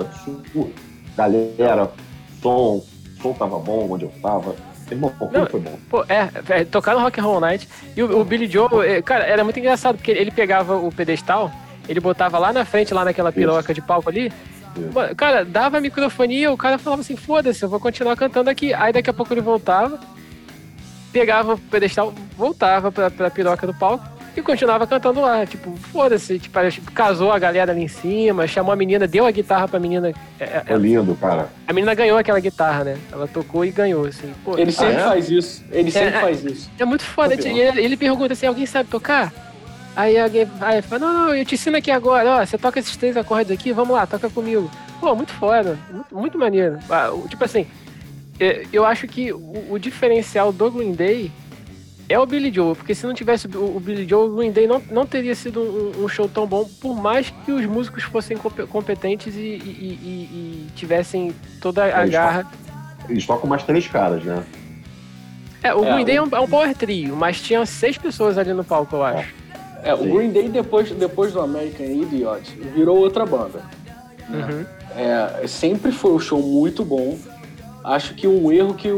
Speaker 2: Galera, som tava bom onde eu tava. Irmão, foi bom.
Speaker 3: Pô, tocar no Rock and Roll Night. E o Billy Joe, cara, era muito engraçado, porque ele pegava o pedestal, ele botava lá na frente, lá naquela piroca de palco ali. Isso. Cara, dava a microfonia, o cara falava assim, foda-se, eu vou continuar cantando aqui. Aí daqui a pouco ele voltava, pegava o pedestal, voltava pra piroca do palco e continuava cantando lá. Tipo, foda-se, tipo, casou a galera ali em cima, chamou a menina, deu a guitarra pra menina.
Speaker 2: É lindo, cara.
Speaker 3: A menina ganhou aquela guitarra, né? Ela tocou e ganhou, assim. Pô,
Speaker 4: ele sempre faz isso. Ele sempre faz isso.
Speaker 3: É muito foda. Ele pergunta assim, alguém sabe tocar? Aí alguém fala, não, eu te ensino aqui agora, ó, você toca esses 3 acordes aqui, vamos lá, toca comigo. Pô, muito foda, muito maneiro. Tipo assim, eu acho que o diferencial do Green Day é o Billy Joe, porque se não tivesse o Billy Joe, o Green Day não teria sido um show tão bom, por mais que os músicos fossem competentes e tivessem toda a garra.
Speaker 2: Eles tocam mais 3 caras, né?
Speaker 3: O Green Day é um power trio, mas tinha 6 pessoas ali no palco, eu acho.
Speaker 4: O Green Day, depois do American Idiot, virou outra banda.
Speaker 3: Uhum.
Speaker 4: Sempre foi um show muito bom. Acho que um erro que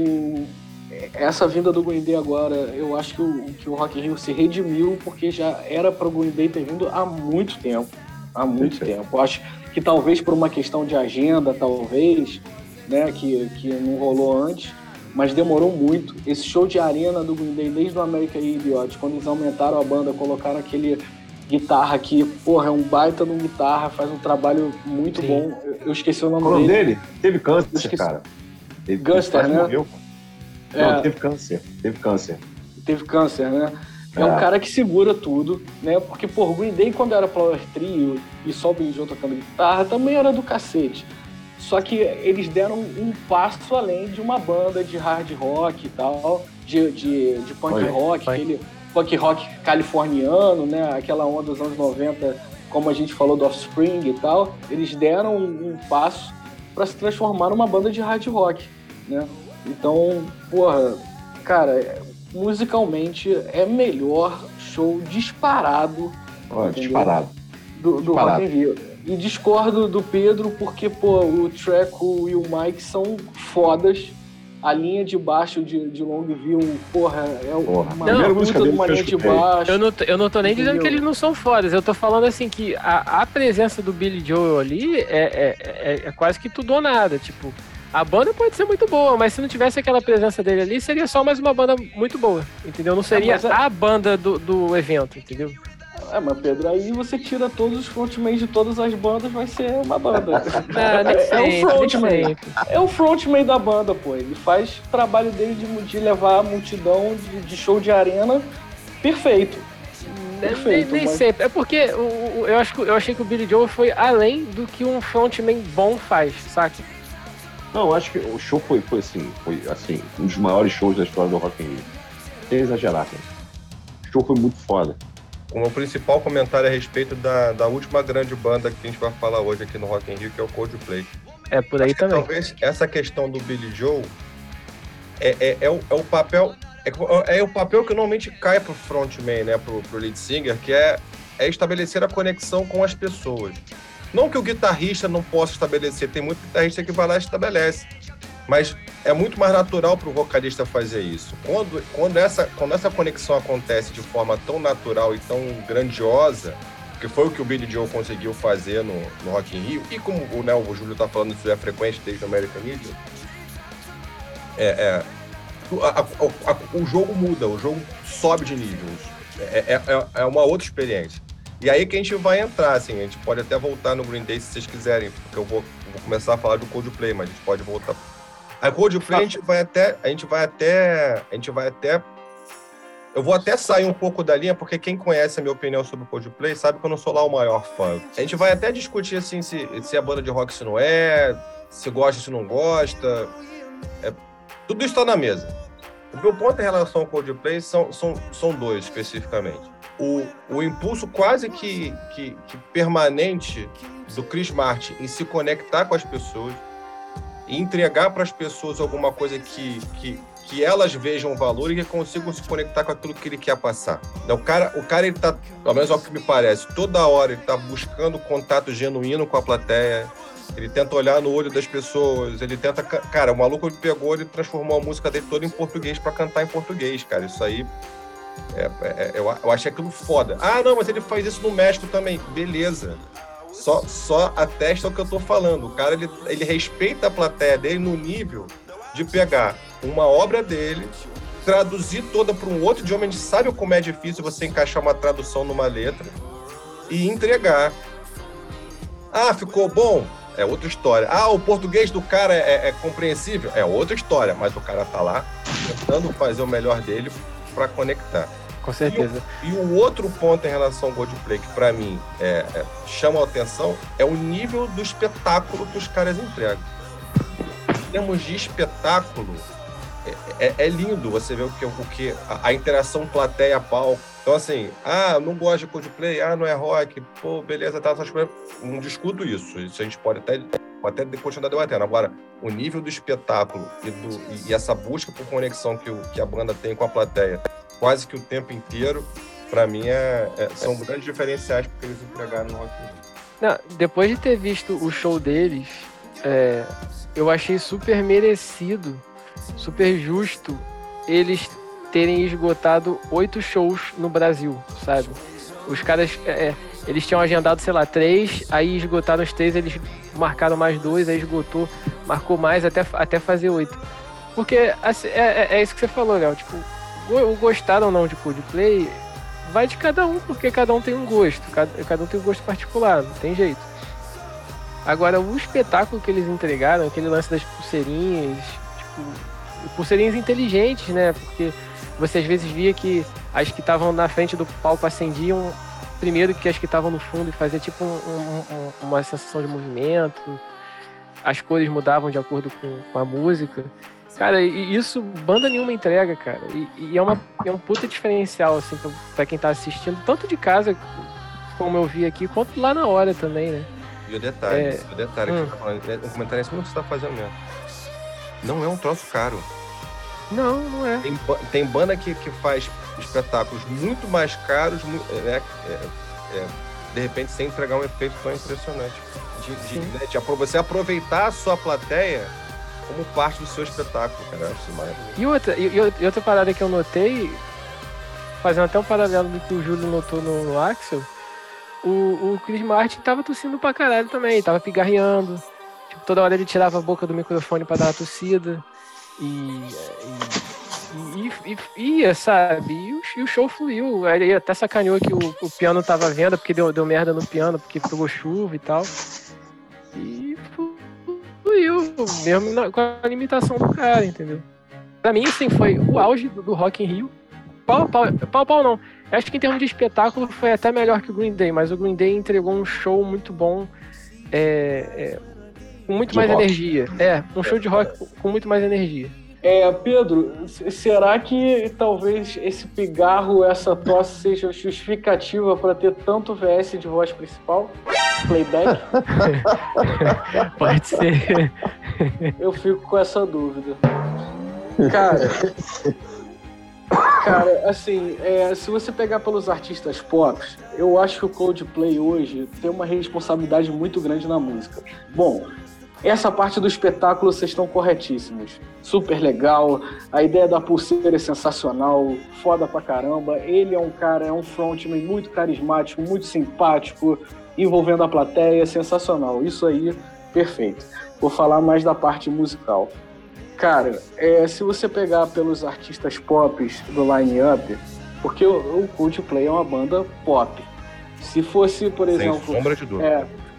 Speaker 4: essa vinda do Green Day agora, eu acho que o Rock in Rio se redimiu, porque já era para o Green Day ter vindo há muito tempo. Eu acho que talvez por uma questão de agenda, talvez, né, que não rolou antes, mas demorou muito. Esse show de arena do Green Day, desde o American Idiot, quando eles aumentaram a banda, colocaram aquele guitarra que, porra, é um baita de guitarra, faz um trabalho muito bom. Eu esqueci o nome dele.
Speaker 2: Teve câncer, cara.
Speaker 4: Guster, né?
Speaker 2: Morreu. Não, teve câncer.
Speaker 4: Teve câncer, né? É um cara que segura tudo, né? Porque, pô, o Green Day, quando era Power Trio e só o Billy Joe tocando guitarra, também era do cacete. Só que eles deram um passo além de uma banda de hard rock e tal, de punk rock, aquele punk rock californiano, né? Aquela onda dos anos 90, como a gente falou do Offspring e tal. Eles deram um passo para se transformar numa banda de hard rock, né? Então, porra, cara, musicalmente é melhor show disparado.
Speaker 2: Disparado.
Speaker 4: Do Rock in Rio. E discordo do Pedro porque, pô, o Treco e o Mike são fodas. A linha de baixo de Longview, porra, uma puta de uma linha de baixo.
Speaker 3: Eu não tô nem dizendo que eles não são fodas. Eu tô falando assim que a presença do Billy Joel ali é quase que tudo ou nada. Tipo, a banda pode ser muito boa, mas se não tivesse aquela presença dele ali, seria só mais uma banda muito boa, entendeu? Não seria a banda do evento, entendeu?
Speaker 4: Mas Pedro, aí você tira todos os frontmen de todas as bandas, vai ser uma banda. É o frontman da banda, pô. Ele faz o trabalho dele de levar a multidão de show de arena perfeito.
Speaker 3: Nem sempre. É porque eu achei que o Billy Joe foi além do que um frontman bom faz, saca?
Speaker 2: Não, eu acho que o show foi assim, um dos maiores shows da história do Rock in Rio. Sem exagerar, cara. O show foi muito foda.
Speaker 1: O principal comentário a respeito da última grande banda que a gente vai falar hoje aqui no Rock in Rio, que é o Coldplay.
Speaker 3: É por aí também.
Speaker 1: Talvez essa questão do Billy Joe é o papel que normalmente cai pro frontman, né, pro lead singer, que é estabelecer a conexão com as pessoas. Não que o guitarrista não possa estabelecer, tem muito guitarrista que vai lá e estabelece. Mas é muito mais natural para o vocalista fazer isso. Quando essa conexão acontece de forma tão natural e tão grandiosa, que foi o que o Billy Joe conseguiu fazer no Rock in Rio, e como o Júlio está falando, isso é frequente desde o American Idiot, o jogo muda, o jogo sobe de nível. É uma outra experiência. E aí que a gente vai entrar, assim, a gente pode até voltar no Green Day se vocês quiserem, porque eu vou começar a falar do Coldplay, mas a gente pode voltar A Coldplay a gente vai até. Eu vou até sair um pouco da linha, porque quem conhece a minha opinião sobre o Coldplay sabe que eu não sou lá o maior fã. A gente vai até discutir assim, se é banda de rock, se não é, se gosta, se não gosta. Tudo isso está na mesa. O meu ponto em relação ao Coldplay são dois, especificamente. O impulso quase que permanente do Chris Martin em se conectar com as pessoas e entregar para as pessoas alguma coisa que elas vejam valor e que consigam se conectar com aquilo que ele quer passar. Então, o cara ele tá, pelo menos é o que me parece, toda hora ele tá buscando contato genuíno com a plateia, ele tenta olhar no olho das pessoas, ele tenta... Cara, o maluco ele pegou, ele transformou a música dele toda em português para cantar em português, cara. Isso aí, eu achei aquilo foda. Ah, não, mas ele faz isso no México também. Beleza. Só atesta o que eu tô falando. O cara, ele respeita a plateia dele no nível de pegar uma obra dele, traduzir toda para um outro idioma. A gente sabe como é difícil você encaixar uma tradução numa letra e entregar. Ah, ficou bom? É outra história. Ah, o português do cara é compreensível? É outra história, mas o cara tá lá tentando fazer o melhor dele para conectar.
Speaker 3: Com certeza.
Speaker 1: E o outro ponto em relação ao Coldplay que para mim chama a atenção é o nível do espetáculo que os caras entregam. Em termos de espetáculo, é lindo você ver a interação plateia-palco. Então, assim, não gosto de Coldplay, não é rock, pô, beleza, tá, não discuto isso. Isso a gente pode até continuar debatendo. Agora, o nível do espetáculo e essa busca por conexão que a banda tem com a plateia, quase que o tempo inteiro, pra mim, são grandes diferenciais porque eles entregaram no Rock in Rio.
Speaker 3: Não, depois de ter visto o show deles, eu achei super merecido, super justo eles terem esgotado 8 shows no Brasil, sabe? Os caras, eles tinham agendado, sei lá, 3, aí esgotaram os 3, eles marcaram mais 2, aí esgotou, marcou mais até fazer 8. Porque assim, é isso que você falou, Léo, tipo, gostar ou não de Coldplay vai de cada um, porque cada um tem um gosto, cada um tem um gosto particular, não tem jeito. Agora, o espetáculo que eles entregaram, aquele lance das pulseirinhas, tipo, pulseirinhas inteligentes, né? Porque você às vezes via que as que estavam na frente do palco acendiam primeiro que as que estavam no fundo e fazia tipo uma sensação de movimento, as cores mudavam de acordo com a música. Cara, e isso banda nenhuma entrega, cara. E é um puta diferencial, assim, pra quem tá assistindo, tanto de casa, como eu vi aqui, quanto lá na hora também, né?
Speaker 1: E o detalhe que você tá falando, um comentário assim, como você tá fazendo mesmo. Não é um troço caro.
Speaker 3: Não é.
Speaker 1: Tem banda que faz espetáculos muito mais caros, de repente sem entregar um efeito tão impressionante. De você aproveitar a sua plateia como parte do seu espetáculo, cara. Eu acho isso maravilhoso.
Speaker 3: E outra parada que eu notei, fazendo até um paralelo do que o Júlio notou no Axel, o Chris Martin tava tossindo pra caralho também, tava pigarreando. Tipo, toda hora ele tirava a boca do microfone pra dar uma tossida. Ia, sabe? E o show fluiu. Aí ele até sacaneou que o piano tava à venda porque deu merda no piano, porque pegou chuva e tal. E fluiu, mesmo com a limitação do cara, entendeu? Pra mim, assim, foi o auge do Rock in Rio. Pau não. Eu acho que em termos de espetáculo foi até melhor que o Green Day, mas o Green Day entregou um show muito bom, com muito mais energia. Um show de rock com muito mais energia.
Speaker 4: Pedro, será que talvez esse pigarro, essa tosse seja justificativa para ter tanto VS de voz principal? Playback?
Speaker 3: Pode ser.
Speaker 4: Eu fico com essa dúvida. Cara, assim, se você pegar pelos artistas pop, eu acho que o Coldplay hoje tem uma responsabilidade muito grande na música. Bom, essa parte do espetáculo vocês estão corretíssimos. Super legal, a ideia da pulseira é sensacional, foda pra caramba. Ele é um frontman muito carismático, muito simpático, envolvendo a plateia, sensacional. Isso aí, perfeito. Vou falar mais da parte musical. Cara, se você pegar pelos artistas pop do line-up, porque o Coldplay é uma banda pop. Se fosse, por exemplo...
Speaker 1: Sem sombra de dúvida.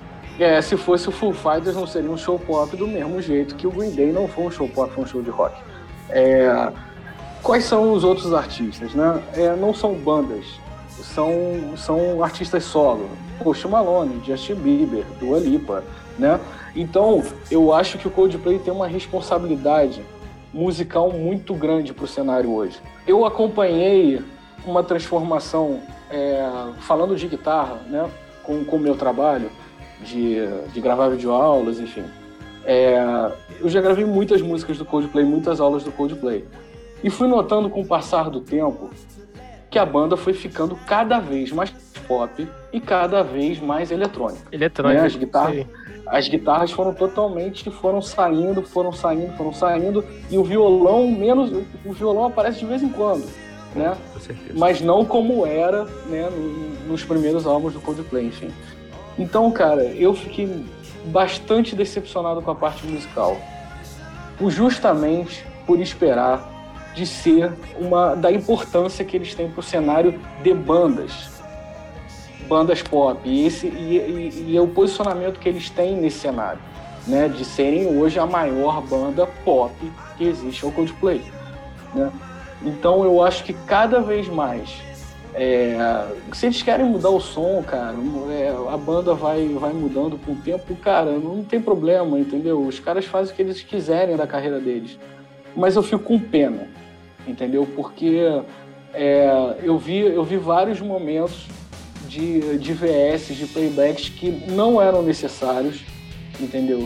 Speaker 4: Se fosse o Foo Fighters, não seria um show pop do mesmo jeito que o Green Day não foi um show pop, foi um show de rock. Quais são os outros artistas, né? Não são bandas, são artistas solo. Post Malone, Justin Bieber, Dua Lipa, né? Então, eu acho que o Coldplay tem uma responsabilidade musical muito grande para o cenário hoje. Eu acompanhei uma transformação, falando de guitarra, né? Com o meu trabalho de gravar videoaulas, enfim. Eu já gravei muitas músicas do Coldplay, muitas aulas do Coldplay. E fui notando com o passar do tempo que a banda foi ficando cada vez mais pop e cada vez mais eletrônica.
Speaker 3: Eletrônica,
Speaker 4: né? As guitarras foram saindo, e o violão aparece de vez em quando, né?
Speaker 1: Com certeza.
Speaker 4: Mas não como era, né, nos primeiros álbuns do Coldplay, enfim. Então, cara, eu fiquei bastante decepcionado com a parte musical, justamente por esperar de ser da importância que eles têm para o cenário de bandas pop, e o posicionamento que eles têm nesse cenário, né, de serem hoje a maior banda pop que existe, é o Coldplay, né? Então eu acho que cada vez mais, se eles querem mudar o som, cara, a banda vai mudando com o tempo, cara, não tem problema, entendeu? Os caras fazem o que eles quiserem da carreira deles, mas eu fico com pena, entendeu? Porque eu vi vários momentos de VS, de playbacks que não eram necessários, entendeu?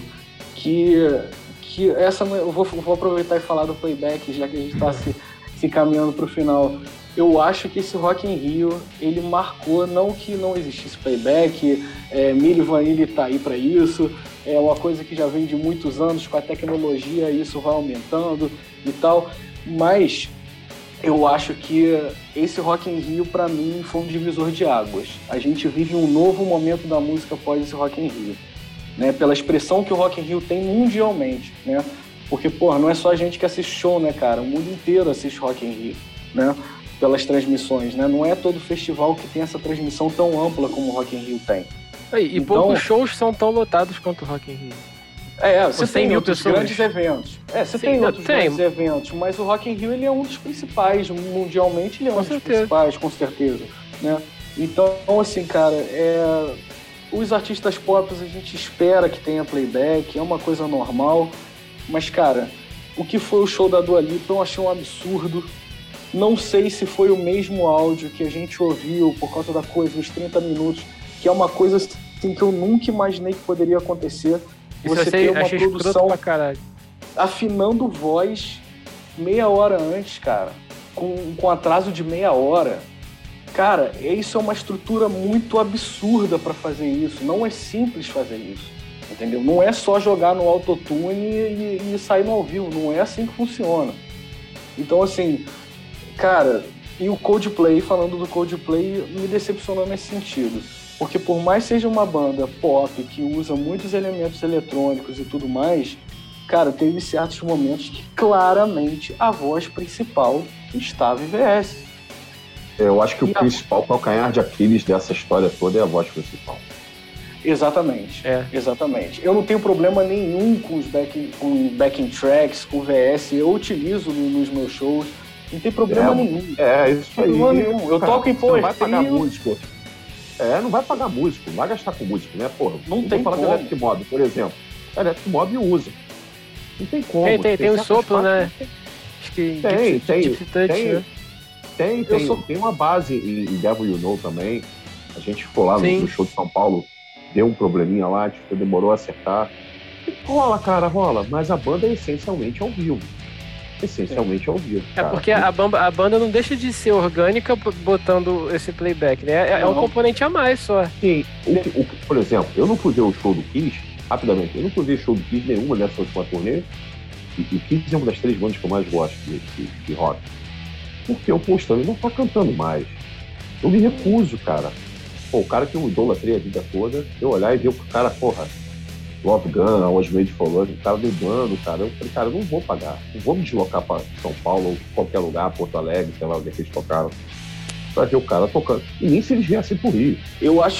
Speaker 4: Eu vou aproveitar e falar do playback, já que a gente está se caminhando para o final. Eu acho que esse Rock in Rio, ele marcou, não que não existisse playback, Milli Vanilli está aí para isso, é uma coisa que já vem de muitos anos, com a tecnologia isso vai aumentando e tal, mas eu acho que esse Rock in Rio, para mim, foi um divisor de águas. A gente vive um novo momento da música após esse Rock in Rio, né? Pela expressão que o Rock in Rio tem mundialmente, né? Porque, não é só a gente que assiste show, né, cara? O mundo inteiro assiste Rock in Rio, né? Pelas transmissões, né? Não é todo festival que tem essa transmissão tão ampla como o Rock in Rio tem.
Speaker 3: E então, poucos shows são tão lotados quanto o Rock in Rio.
Speaker 4: Você tem outros grandes eventos. Grandes eventos, mas o Rock in Rio, ele é um dos principais, mundialmente ele é um dos principais, com certeza, né? Então, assim, cara, os artistas pop a gente espera que tenha playback, é uma coisa normal, mas, cara, o que foi o show da Dua Lipa eu achei um absurdo. Não sei se foi o mesmo áudio que a gente ouviu por causa da coisa, os 30 minutos, que é uma coisa assim, que eu nunca imaginei que poderia acontecer. Você ter uma produção afinando voz meia hora antes, cara, com atraso de meia hora. Cara, isso é uma estrutura muito absurda para fazer isso. Não é simples fazer isso, entendeu? Não é só jogar no autotune e sair no ao vivo. Não é assim que funciona. Então, assim, cara, e o Coldplay, falando do Coldplay, me decepcionou nesse sentido. Porque por mais seja uma banda pop que usa muitos elementos eletrônicos e tudo mais, cara, teve certos momentos que claramente a voz principal estava em VS.
Speaker 2: Eu acho que o principal calcanhar de Aquiles dessa história toda é a voz principal.
Speaker 4: Exatamente. Exatamente. Eu não tenho problema nenhum com os backing tracks, com VS, eu utilizo nos meus shows, não tem problema nenhum.
Speaker 2: Isso aí.
Speaker 4: Nenhum. Eu toco em
Speaker 2: não vai pagar músico. Não vai pagar músico, não vai gastar com músico, né?
Speaker 4: Não tem
Speaker 2: falar
Speaker 4: como.
Speaker 2: do Electric Mob, por exemplo. A Electric Mob usa. Não tem como.
Speaker 3: Tem um sopro, né? Acho que
Speaker 2: tem uma base em Devil You Know também. A gente ficou lá no show de São Paulo, deu um probleminha lá, demorou a acertar. E rola, cara, rola. Mas a banda é essencialmente ao vivo. Cara.
Speaker 3: Porque a banda não deixa de ser orgânica botando esse playback, né? É um componente a mais só.
Speaker 2: Sim. Por exemplo, eu não fui ver o show do Kiss, rapidamente, eu não fui ver show do Kiss nenhuma nessa última turnê. E Kiss é uma das 3 bandas que eu mais gosto de rock. Porque o Paul Stanley não tá cantando mais. Eu me recuso, cara. O cara que eu idolatrei a vida toda, eu olhar e ver o cara, Love Gun, Always Made for Love, o cara dublando, cara. Eu falei, cara, eu não vou pagar. Não vou me deslocar pra São Paulo ou qualquer lugar, Porto Alegre, sei lá onde é que eles tocaram, pra ver o cara tocando. E nem se eles viessem pro Rio.
Speaker 4: Eu acho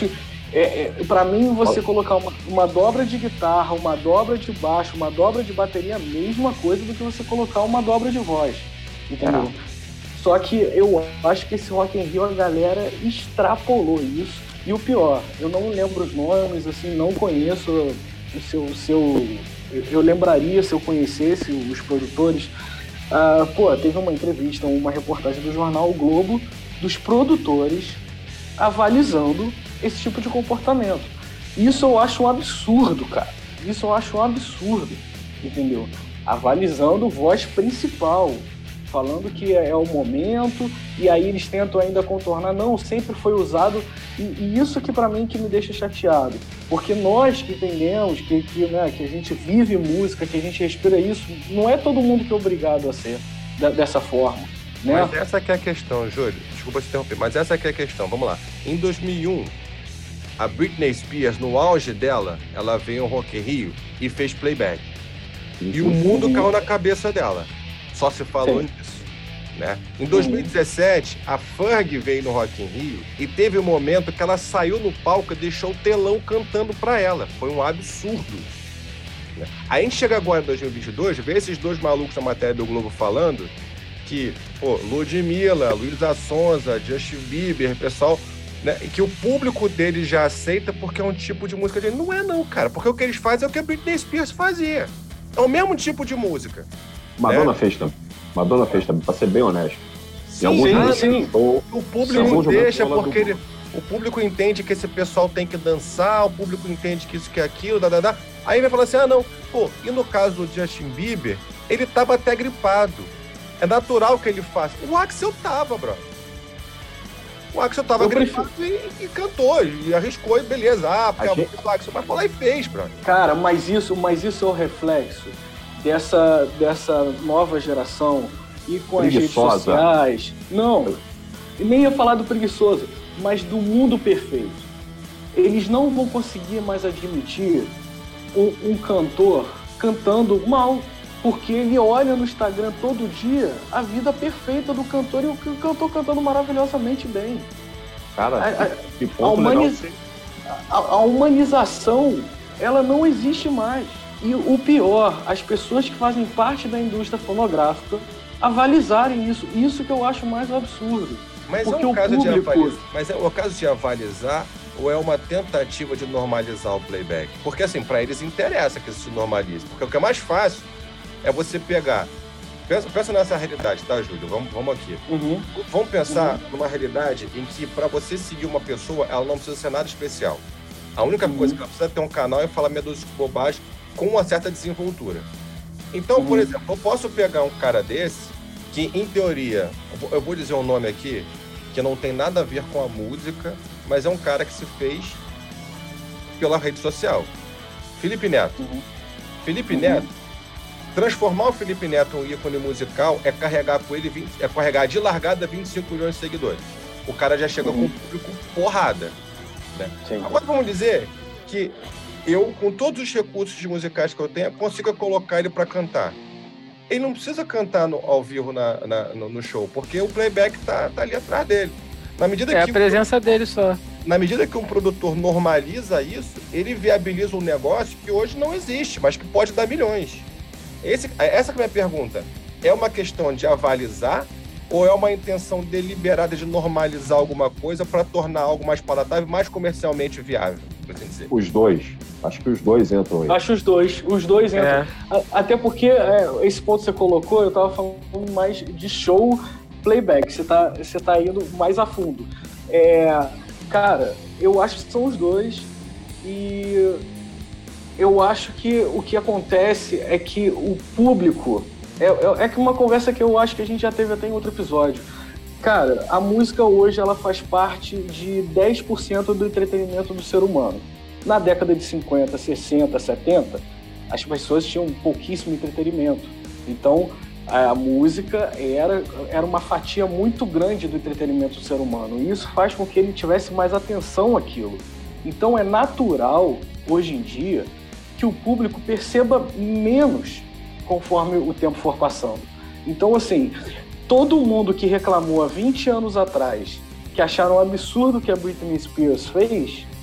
Speaker 4: Pra mim, você colocar uma dobra de guitarra, uma dobra de baixo, uma dobra de bateria, é a mesma coisa do que você colocar uma dobra de voz, entendeu? Só que eu acho que esse Rock in Rio, a galera extrapolou isso. E o pior, eu não lembro os nomes, assim, não conheço o seu... Eu lembraria se eu conhecesse os produtores. Teve uma entrevista, uma reportagem do jornal O Globo, dos produtores avalizando esse tipo de comportamento. Isso eu acho um absurdo, cara. Isso eu acho um absurdo, entendeu? Avalizando voz principal, falando que é o momento, e aí eles tentam ainda contornar. Não, sempre foi usado, e isso que pra mim que me deixa chateado, porque nós que entendemos, que a gente vive música, que a gente respira isso, não é todo mundo que é obrigado a ser dessa forma, né?
Speaker 1: Mas essa que é a questão, Júlio, desculpa te interromper, mas essa que é a questão, vamos lá. Em 2001, a Britney Spears, no auge dela, ela veio ao Rock in Rio e fez playback. E o mundo caiu na cabeça dela. Só se falou nisso, né? Em 2017, a Ferg veio no Rock in Rio e teve um momento que ela saiu no palco e deixou o telão cantando pra ela. Foi um absurdo. Né? Aí a gente chega agora em 2022, vê esses dois malucos na matéria do Globo falando que, Ludmilla, Luísa Sonza, Justin Bieber, pessoal, né, que o público deles já aceita porque é um tipo de música dele. Não é não, cara, porque o que eles fazem é o que a Britney Spears fazia. É o mesmo tipo de música.
Speaker 2: Madonna fez também. Madonna fez também, pra ser bem honesto.
Speaker 1: Sim. O público deixa porque o público entende que esse pessoal tem que dançar, o público entende que isso, que aquilo, Aí vai falar assim, e no caso do Justin Bieber, ele tava até gripado. É natural que ele faça. O Axel tava, brother. O Axel tava gripado e cantou, e arriscou, e beleza. Porque a música do Axel, mas foi lá e fez, brother.
Speaker 4: Cara, mas isso é o reflexo dessa nova geração e com as redes sociais. Não, nem ia falar do preguiçoso, mas do mundo perfeito. Eles não vão conseguir mais admitir um cantor cantando mal, porque ele olha no Instagram todo dia a vida perfeita do cantor e o cantor cantando maravilhosamente bem.
Speaker 2: Cara, que ponto legal.
Speaker 4: A humanização, ela não existe mais. E o pior, as pessoas que fazem parte da indústria fonográfica avalizarem isso. Isso que eu acho mais absurdo.
Speaker 1: Mas é um caso de avalizar. Mas é o caso de avalizar ou é uma tentativa de normalizar o playback? Porque assim, para eles interessa que isso se normalize. Porque o que é mais fácil é você pegar... Pensa nessa realidade, tá, Júlio? Vamos aqui. Vamos pensar numa realidade em que para você seguir uma pessoa, ela não precisa ser nada especial. A única coisa que ela precisa é ter um canal e falar meia dúzia de bobagem com uma certa desenvoltura. Então, por exemplo, eu posso pegar um cara desse que, em teoria, eu vou dizer um nome aqui que não tem nada a ver com a música, mas é um cara que se fez pela rede social. Felipe Neto. Felipe Neto, transformar o Felipe Neto em um ícone musical é carregar com ele carregar de largada 25 milhões de seguidores. O cara já chega com um público porrada. Né? Agora vamos dizer que eu, com todos os recursos musicais que eu tenho, consigo colocar ele para cantar. Ele não precisa cantar ao vivo no show, porque o playback tá ali atrás dele. Na medida que
Speaker 3: a presença dele só.
Speaker 1: Na medida que um produtor normaliza isso, ele viabiliza um negócio que hoje não existe, mas que pode dar milhões. Essa que é a minha pergunta. É uma questão de avalizar ou é uma intenção deliberada de normalizar alguma coisa para tornar algo mais palatável, mais comercialmente viável? Assim dizer.
Speaker 2: Os dois. Acho que os dois entram aí.
Speaker 4: Acho os dois entram. Até porque esse ponto que você colocou, eu tava falando mais de show playback. Você tá indo mais a fundo. Cara, eu acho que são os dois e eu acho que o que acontece é que o público... É que uma conversa que eu acho que a gente já teve até em outro episódio. Cara, a música hoje ela faz parte de 10% do entretenimento do ser humano. Na década de 50, 60, 70, as pessoas tinham pouquíssimo entretenimento. Então, a música era uma fatia muito grande do entretenimento do ser humano. E isso faz com que ele tivesse mais atenção àquilo. Então, é natural, hoje em dia, que o público perceba menos conforme o tempo for passando. Então, assim, todo mundo que reclamou há 20 anos atrás, que acharam um absurdo que a Britney Spears fez,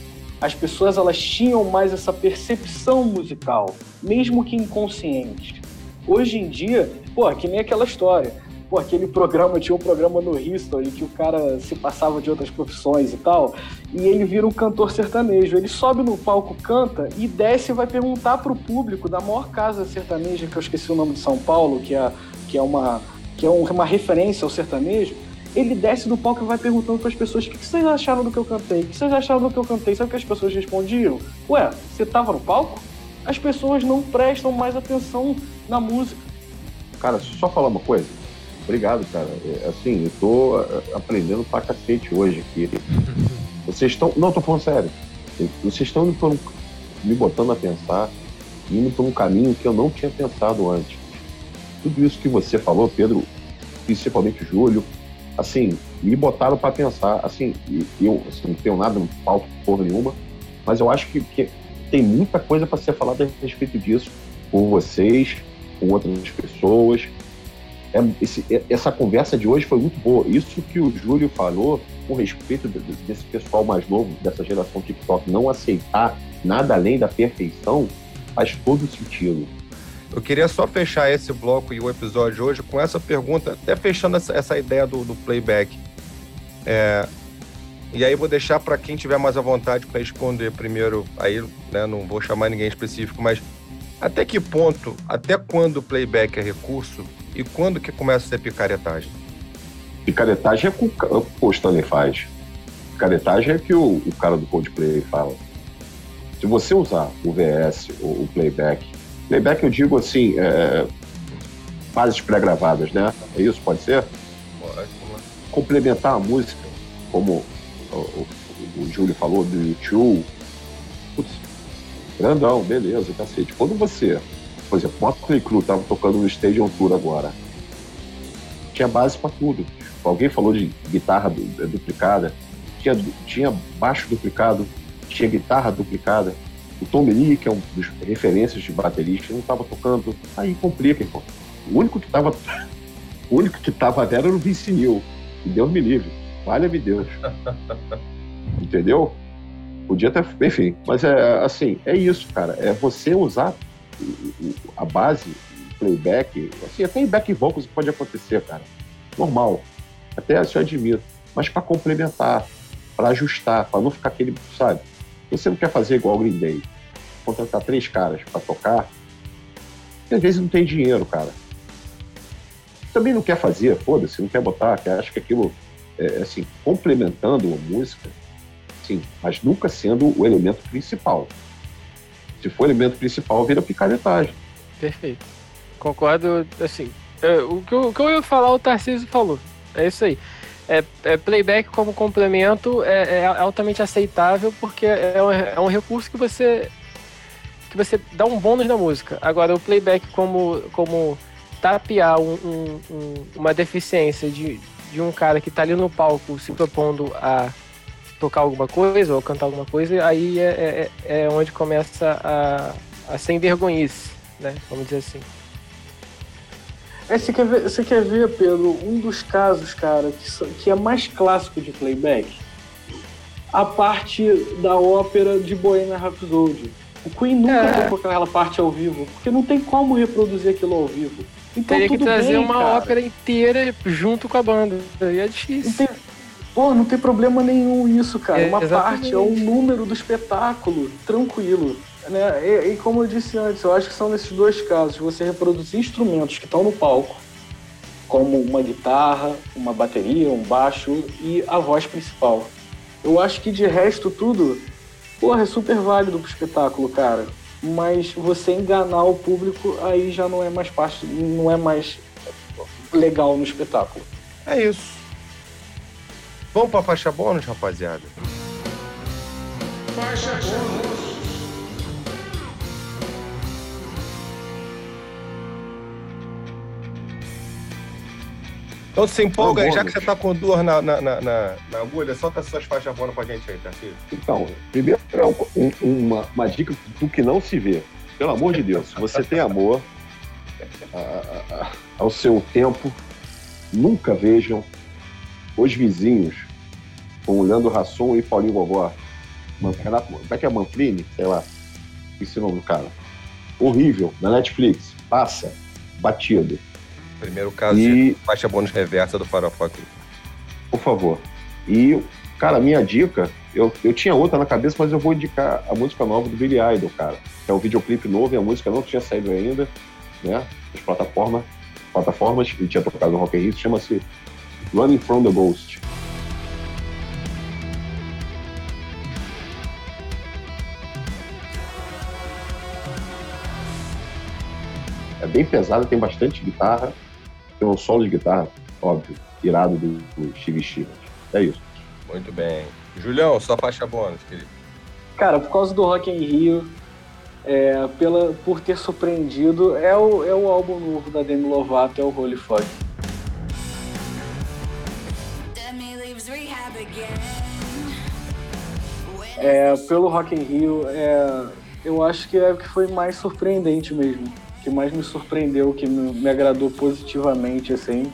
Speaker 4: as pessoas elas tinham mais essa percepção musical, mesmo que inconsciente. Hoje em dia, que nem aquela história. Aquele programa, tinha um programa no History que o cara se passava de outras profissões e tal, e ele vira um cantor sertanejo. Ele sobe no palco, canta e desce e vai perguntar pro público da maior casa sertaneja, que eu esqueci o nome de São Paulo, que é uma referência ao sertanejo. Ele desce do palco e vai perguntando para as pessoas: o que vocês acharam do que eu cantei? O que vocês acharam do que eu cantei? Sabe o que as pessoas respondiam? Ué, você tava no palco? As pessoas não prestam mais atenção na música.
Speaker 2: Cara, só falar uma coisa. Obrigado, cara. Assim, eu tô aprendendo pra cacete hoje aqui. Vocês estão... Não, tô falando sério. Vocês estão me botando a pensar, indo por um caminho que eu não tinha pensado antes. Tudo isso que você falou, Pedro, principalmente o Júlio, assim, me botaram pra pensar. Assim, eu não tenho nada no palco, porra nenhuma, mas eu acho que tem muita coisa pra ser falada a respeito disso, por vocês, com outras pessoas. Essa conversa de hoje foi muito boa. Isso que o Júlio falou com respeito desse pessoal mais novo, dessa geração TikTok, não aceitar nada além da perfeição, faz todo sentido.
Speaker 1: Eu queria só fechar esse bloco e o episódio de hoje com essa pergunta, até fechando essa ideia do playback. E aí vou deixar para quem tiver mais à vontade para responder primeiro. Aí, né, não vou chamar ninguém específico, mas até que ponto, até quando o playback é recurso e quando que começa a ser picaretagem?
Speaker 2: Picaretagem é o que o Stanley faz. Picaretagem é que o cara do Coldplay fala. Se você usar o VS ou o playback eu digo assim, bases pré-gravadas, né? É isso? Pode ser?
Speaker 1: Pode.
Speaker 2: Complementar a música, como o Júlio falou, do YouTube. Putz, grandão, beleza, cacete. Quando você, por exemplo, o Motley Crue tava tocando no Stadium Tour agora, tinha base para tudo. Alguém falou de guitarra duplicada, tinha baixo duplicado, tinha guitarra duplicada. O Tom Lee, que é um dos referências de baterista, não estava tocando. Aí complica, irmão. O único que tava era o Vince Neil. E Deus me livre. Valha-me Deus. Entendeu? Podia ter... Enfim, mas é isso, cara. É você usar a base, o playback, assim, até em back vocals pode acontecer, cara. Normal. Até isso eu admiro. Mas para complementar, para ajustar, para não ficar aquele, sabe? Você não quer fazer igual o Green Day, contratar 3 caras para tocar, e às vezes não tem dinheiro, cara. Também não quer fazer, foda-se, não quer botar, que acha que aquilo assim, complementando a música, sim, mas nunca sendo o elemento principal. Se for o elemento principal, vira picaretagem.
Speaker 3: Perfeito. Concordo, assim, o que eu ia falar, o Tarcísio falou, é isso aí. Playback como complemento é altamente aceitável, porque é um recurso que você dá um bônus na música. Agora, o playback como tapear uma deficiência de um cara que tá ali no palco se propondo a tocar alguma coisa ou cantar alguma coisa, aí é onde começa a ser envergonhice, né? Vamos dizer assim.
Speaker 4: Você quer ver, Pedro, um dos casos, cara, que é mais clássico de playback? A parte da ópera de Bohemian Rhapsody. O Queen nunca tocou aquela parte ao vivo, porque não tem como reproduzir aquilo ao vivo. Então,
Speaker 3: teria que trazer uma
Speaker 4: cara.
Speaker 3: ópera inteira junto com a banda. Aí é difícil.
Speaker 4: Não tem problema nenhum isso, cara. Uma
Speaker 3: exatamente.
Speaker 4: parte é um número do espetáculo, tranquilo. Né? E como eu disse antes, eu acho que são nesses dois casos, você reproduzir instrumentos que estão no palco, como uma guitarra, uma bateria, um baixo e a voz principal. Eu acho que de resto tudo, é super válido pro espetáculo, cara. Mas você enganar o público, aí já não é mais parte, não é mais legal no espetáculo.
Speaker 1: É isso. Vamos pra faixa bônus, rapaziada?
Speaker 5: Faixa bônus.
Speaker 1: Então se empolga aí, já que você tá com dor na agulha, solta as suas faixas bônus pra gente aí, tá, filho?
Speaker 2: Então, primeiro uma dica do que não se vê. Pelo amor de Deus, se você tem amor ao seu tempo, nunca vejam Os Vizinhos com o Leandro Hassum e Paulinho Gogó. Como é que é? Manfrini? Sei lá. Esse nome do cara. Horrível. Na Netflix. Passa. Batido.
Speaker 1: Primeiro caso de faixa bônus reversa do Farofa aqui.
Speaker 2: Por favor. E, cara, minha dica, eu tinha outra na cabeça, mas eu vou indicar a música nova do Billy Idol, cara. Que é um videoclipe novo e a música não tinha saído ainda, né? Nas plataformas, e tinha tocado no Rock in Rio, chama-se Running from the Ghost. É bem pesado, tem bastante guitarra, tem um solo de guitarra, óbvio, irado do Steve Stevens. É isso.
Speaker 1: Muito bem. Julião, sua faixa bônus, querido.
Speaker 4: Cara, por causa do Rock in Rio, por ter surpreendido, é o álbum novo da Demi Lovato, é o Holy Fog. Pelo Rock in Rio, eu acho que é o que foi mais surpreendente mesmo, que mais me surpreendeu, que me agradou positivamente, assim.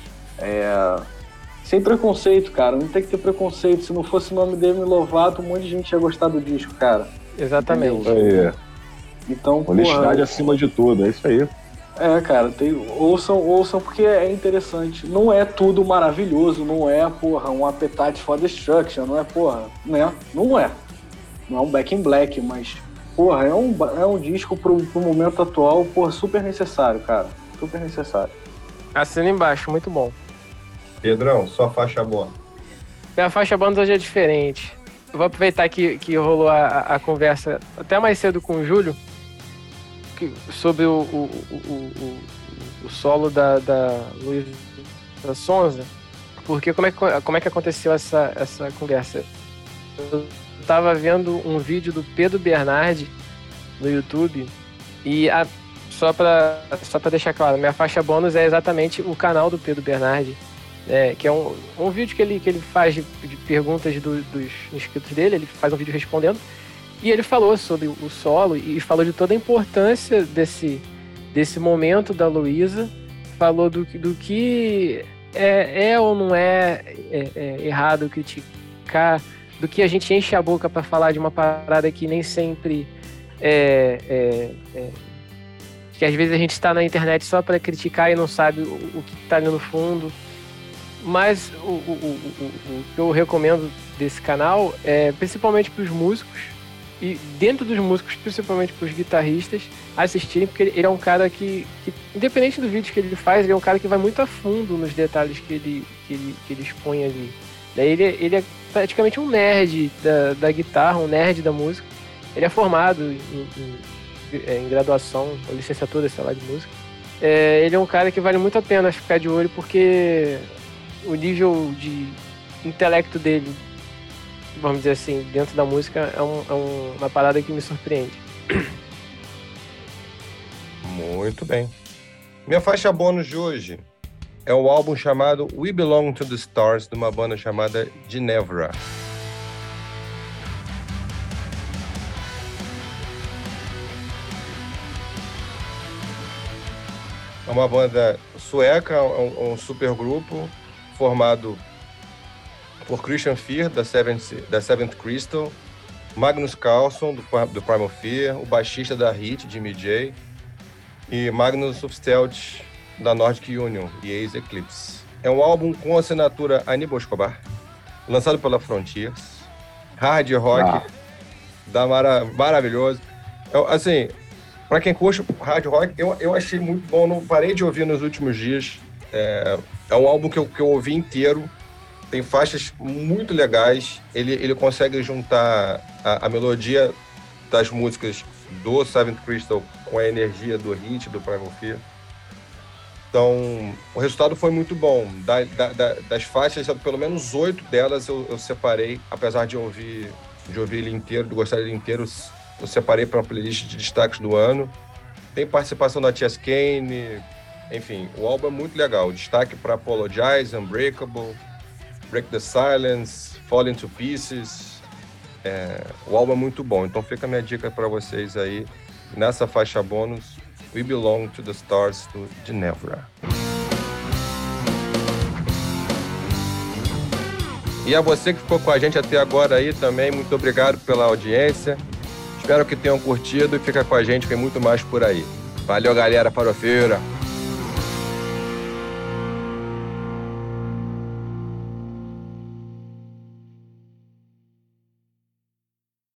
Speaker 4: Sem preconceito, cara, não tem que ter preconceito. Se não fosse o nome Demi Lovato, um monte de gente ia gostar do disco, cara.
Speaker 3: Exatamente.
Speaker 4: Então,
Speaker 2: honestidade acima de tudo, é isso aí.
Speaker 4: Cara, ouçam porque é interessante. Não é tudo maravilhoso, não é, um Appetite for Destruction, não é, né? Não é um Back in Black, mas, é um disco pro momento atual, super necessário, cara. Super necessário.
Speaker 3: Assina embaixo, muito bom.
Speaker 1: Pedrão, sua faixa bônus.
Speaker 3: Minha faixa bônus hoje é diferente. Eu vou aproveitar que rolou a conversa até mais cedo com o Júlio sobre o solo da Luísa Sonza, porque como é que aconteceu essa conversa? Eu tava vendo um vídeo do Pedro Bernardi no YouTube e só pra deixar claro, minha faixa bônus é exatamente o canal do Pedro Bernardi, que é um vídeo que ele faz de perguntas dos inscritos dele, ele faz um vídeo respondendo. E ele falou sobre o solo e falou de toda a importância desse momento da Luísa, falou do que é ou não é errado criticar, do que a gente enche a boca para falar de uma parada que nem sempre que às vezes a gente está na internet só para criticar e não sabe o que está ali no fundo. Mas o que eu recomendo desse canal é principalmente para os músicos, e dentro dos músicos, principalmente para os guitarristas, assistirem, porque ele é um cara que, independente do vídeo que ele faz, ele é um cara que vai muito a fundo nos detalhes que ele expõe ali. Ele é praticamente um nerd da guitarra, um nerd da música. Ele é formado em graduação, ou licenciatura, sei lá, de música. Ele é um cara que vale muito a pena ficar de olho, porque o nível de intelecto dele, vamos dizer assim, dentro da música, é uma parada que me surpreende.
Speaker 1: Muito bem. Minha faixa bônus de hoje é o álbum chamado We Belong to the Stars, de uma banda chamada Ginevra. É uma banda sueca, um supergrupo formado por Christian Fear, da Seventh Crystal, Magnus Carlsson, do Primal Fear, o baixista da Hit, Jimmy J, e Magnus Uppstelt, da Nordic Union e Ace Eclipse. É um álbum com assinatura Aníbal Escobar, lançado pela Frontiers, hard rock, maravilhoso. Assim, para quem curte hard rock, eu achei muito bom, não parei de ouvir nos últimos dias. É um álbum que eu ouvi inteiro. Tem faixas muito legais. Ele consegue juntar a melodia das músicas do Seventh Crystal com a energia do Hit, do Primal Fear. Então, o resultado foi muito bom. Das faixas, pelo menos 8 delas eu separei, apesar de ouvir ele inteiro, de gostar dele inteiro, eu separei para uma playlist de destaques do ano. Tem participação da Chess Kane, enfim, o álbum é muito legal. Destaque para Apologize, Unbreakable, Break the Silence, Fall into Pieces. O álbum é muito bom, então fica a minha dica para vocês aí, nessa faixa bônus, We Belong to the Stars, do Ginevra. E a você que ficou com a gente até agora aí também, muito obrigado pela audiência. Espero que tenham curtido e fica com a gente, tem muito mais por aí. Valeu, galera farofeira!